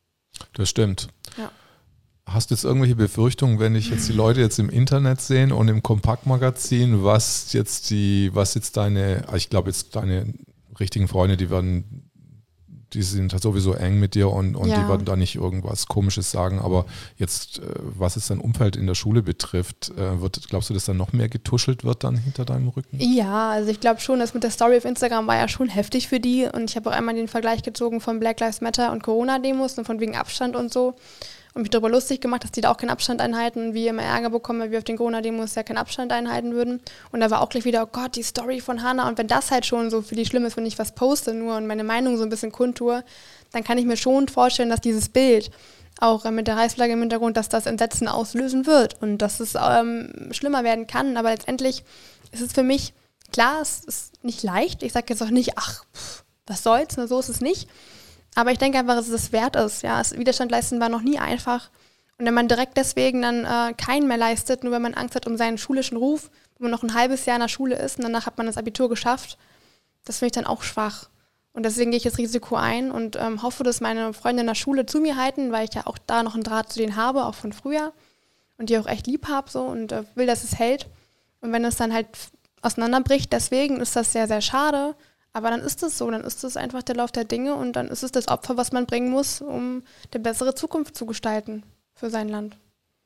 Das stimmt. Ja. Hast du jetzt irgendwelche Befürchtungen, wenn ich jetzt die Leute jetzt im Internet sehen und im Kompaktmagazin, was jetzt die, was jetzt deine, ich glaube jetzt deine richtigen Freunde, die werden... Die sind halt sowieso eng mit dir und, und ja. die werden da nicht irgendwas Komisches sagen. Aber jetzt, was es dein Umfeld in der Schule betrifft, wird, glaubst du, dass da noch mehr getuschelt wird dann hinter deinem Rücken? Ja, also ich glaube schon, das mit der Story auf Instagram war ja schon heftig für die. Und ich habe auch einmal den Vergleich gezogen von Black Lives Matter und Corona-Demos und von wegen Abstand und so. Und mich darüber lustig gemacht, dass die da auch keinen Abstand einhalten, wie immer Ärger bekommen, weil wir auf den Corona-Demos ja keinen Abstand einhalten würden. Und da war auch gleich wieder, oh Gott, die Story von Hannah. Und wenn das halt schon so für die schlimm ist, wenn ich was poste nur und meine Meinung so ein bisschen kundtue, dann kann ich mir schon vorstellen, dass dieses Bild, auch mit der Reichsflagge im Hintergrund, dass das Entsetzen auslösen wird und dass es ähm, schlimmer werden kann. Aber letztendlich ist es für mich, klar, es ist nicht leicht. Ich sage jetzt auch nicht, ach, pff, was soll's, ne, so ist es nicht. Aber ich denke einfach, dass es wert ist. Ja, es, Widerstand leisten war noch nie einfach. Und wenn man direkt deswegen dann äh, keinen mehr leistet, nur weil man Angst hat um seinen schulischen Ruf, wenn man noch ein halbes Jahr in der Schule ist und danach hat man das Abitur geschafft, das finde ich dann auch schwach. Und deswegen gehe ich das Risiko ein und ähm, hoffe, dass meine Freunde in der Schule zu mir halten, weil ich ja auch da noch einen Draht zu denen habe, auch von früher. Und die auch echt lieb habe so, und äh, will, dass es hält. Und wenn es dann halt auseinanderbricht, deswegen ist das sehr, sehr schade. Aber dann ist es so, dann ist es einfach der Lauf der Dinge und dann ist es das Opfer, was man bringen muss, um eine bessere Zukunft zu gestalten für sein Land.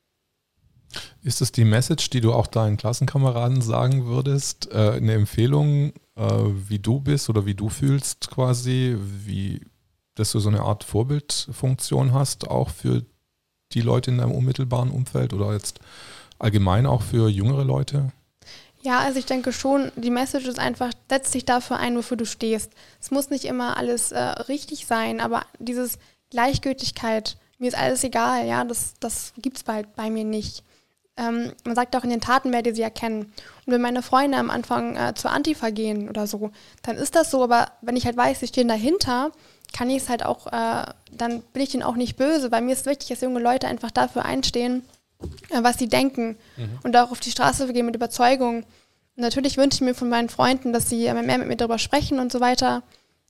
Ist das die Message, die du auch deinen Klassenkameraden sagen würdest? Äh, eine Empfehlung, äh, wie du bist oder wie du fühlst quasi, wie, dass du so eine Art Vorbildfunktion hast, auch für die Leute in deinem unmittelbaren Umfeld oder jetzt allgemein auch für jüngere Leute? Ja, also ich denke schon, die Message ist einfach, setz dich dafür ein, wofür du stehst. Es muss nicht immer alles äh, richtig sein, aber dieses Gleichgültigkeit, mir ist alles egal, ja, das, das gibt es bald bei mir nicht. Ähm, man sagt auch, in den Taten werdet ihr sie erkennen. Und wenn meine Freunde am Anfang äh, zur Antifa gehen oder so, dann ist das so, aber wenn ich halt weiß, sie stehen dahinter, kann ich es halt auch, äh, dann bin ich denen auch nicht böse, weil mir ist wichtig, dass junge Leute einfach dafür einstehen, was sie denken, mhm. und auch auf die Straße gehen mit Überzeugung. Und natürlich wünsche ich mir von meinen Freunden, dass sie mehr mit mir darüber sprechen und so weiter.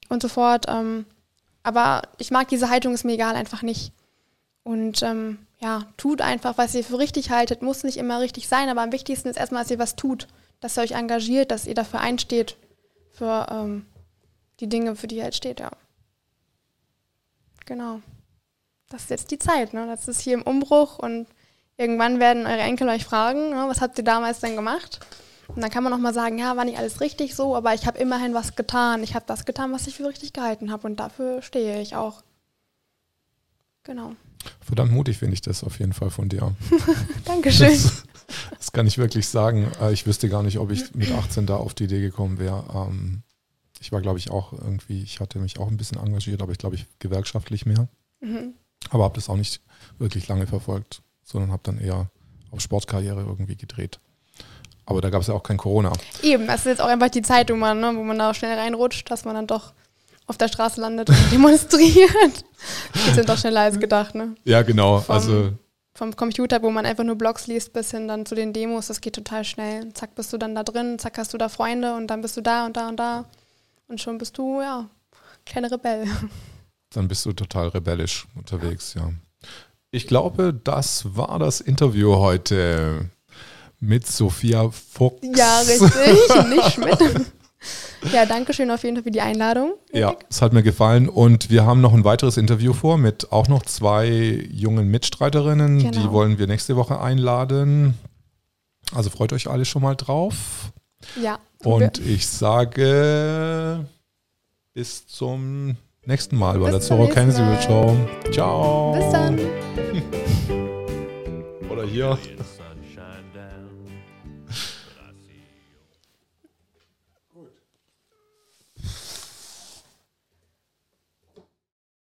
und so fort. Ähm, aber ich mag diese Haltung, ist mir egal, einfach nicht. Und ähm, ja, tut einfach, was ihr für richtig haltet. Muss nicht immer richtig sein, aber am wichtigsten ist erstmal, dass ihr was tut. Dass ihr euch engagiert, dass ihr dafür einsteht. Für ähm, die Dinge, für die ihr halt steht, ja. Genau. Das ist jetzt die Zeit, ne? Das ist hier im Umbruch und irgendwann werden eure Enkel euch fragen, ne, was habt ihr damals denn gemacht? Und dann kann man nochmal sagen, ja, war nicht alles richtig so, aber ich habe immerhin was getan. Ich habe das getan, was ich für richtig gehalten habe und dafür stehe ich auch. Genau. Verdammt mutig finde ich das auf jeden Fall von dir. Dankeschön. Das, das kann ich wirklich sagen. Ich wüsste gar nicht, ob ich mit achtzehn da auf die Idee gekommen wäre. Ich war, glaube ich, auch irgendwie, ich hatte mich auch ein bisschen engagiert, aber ich glaube, ich gewerkschaftlich mehr. Mhm. Aber habe das auch nicht wirklich lange verfolgt, sondern habe dann eher auf Sportkarriere irgendwie gedreht. Aber da gab es ja auch kein Corona. Eben, das ist jetzt auch einfach die Zeit, wo man, ne, wo man da schnell reinrutscht, dass man dann doch auf der Straße landet und demonstriert. Die sind doch schneller als gedacht, ne? Ja, genau. Vom, also vom Computer, wo man einfach nur Blogs liest, bis hin dann zu den Demos, das geht total schnell. Zack, bist du dann da drin, zack, hast du da Freunde und dann bist du da und da und da. Und schon bist du, ja, kleiner Rebell. Dann bist du total rebellisch unterwegs, ja. Ich glaube, das war das Interview heute mit Sophia Fuchs. Ja, richtig, nicht Schmidt. Ja, danke schön auf jeden Fall für die Einladung. Ja, es hat mir gefallen und wir haben noch ein weiteres Interview vor mit auch noch zwei jungen Mitstreiterinnen, genau. Die wollen wir nächste Woche einladen. Also freut euch alle schon mal drauf. Ja. Und wir. ich sage bis zum nächsten Mal bei der Zoro Kenzie Show. Ciao. Bis dann. Oder hier.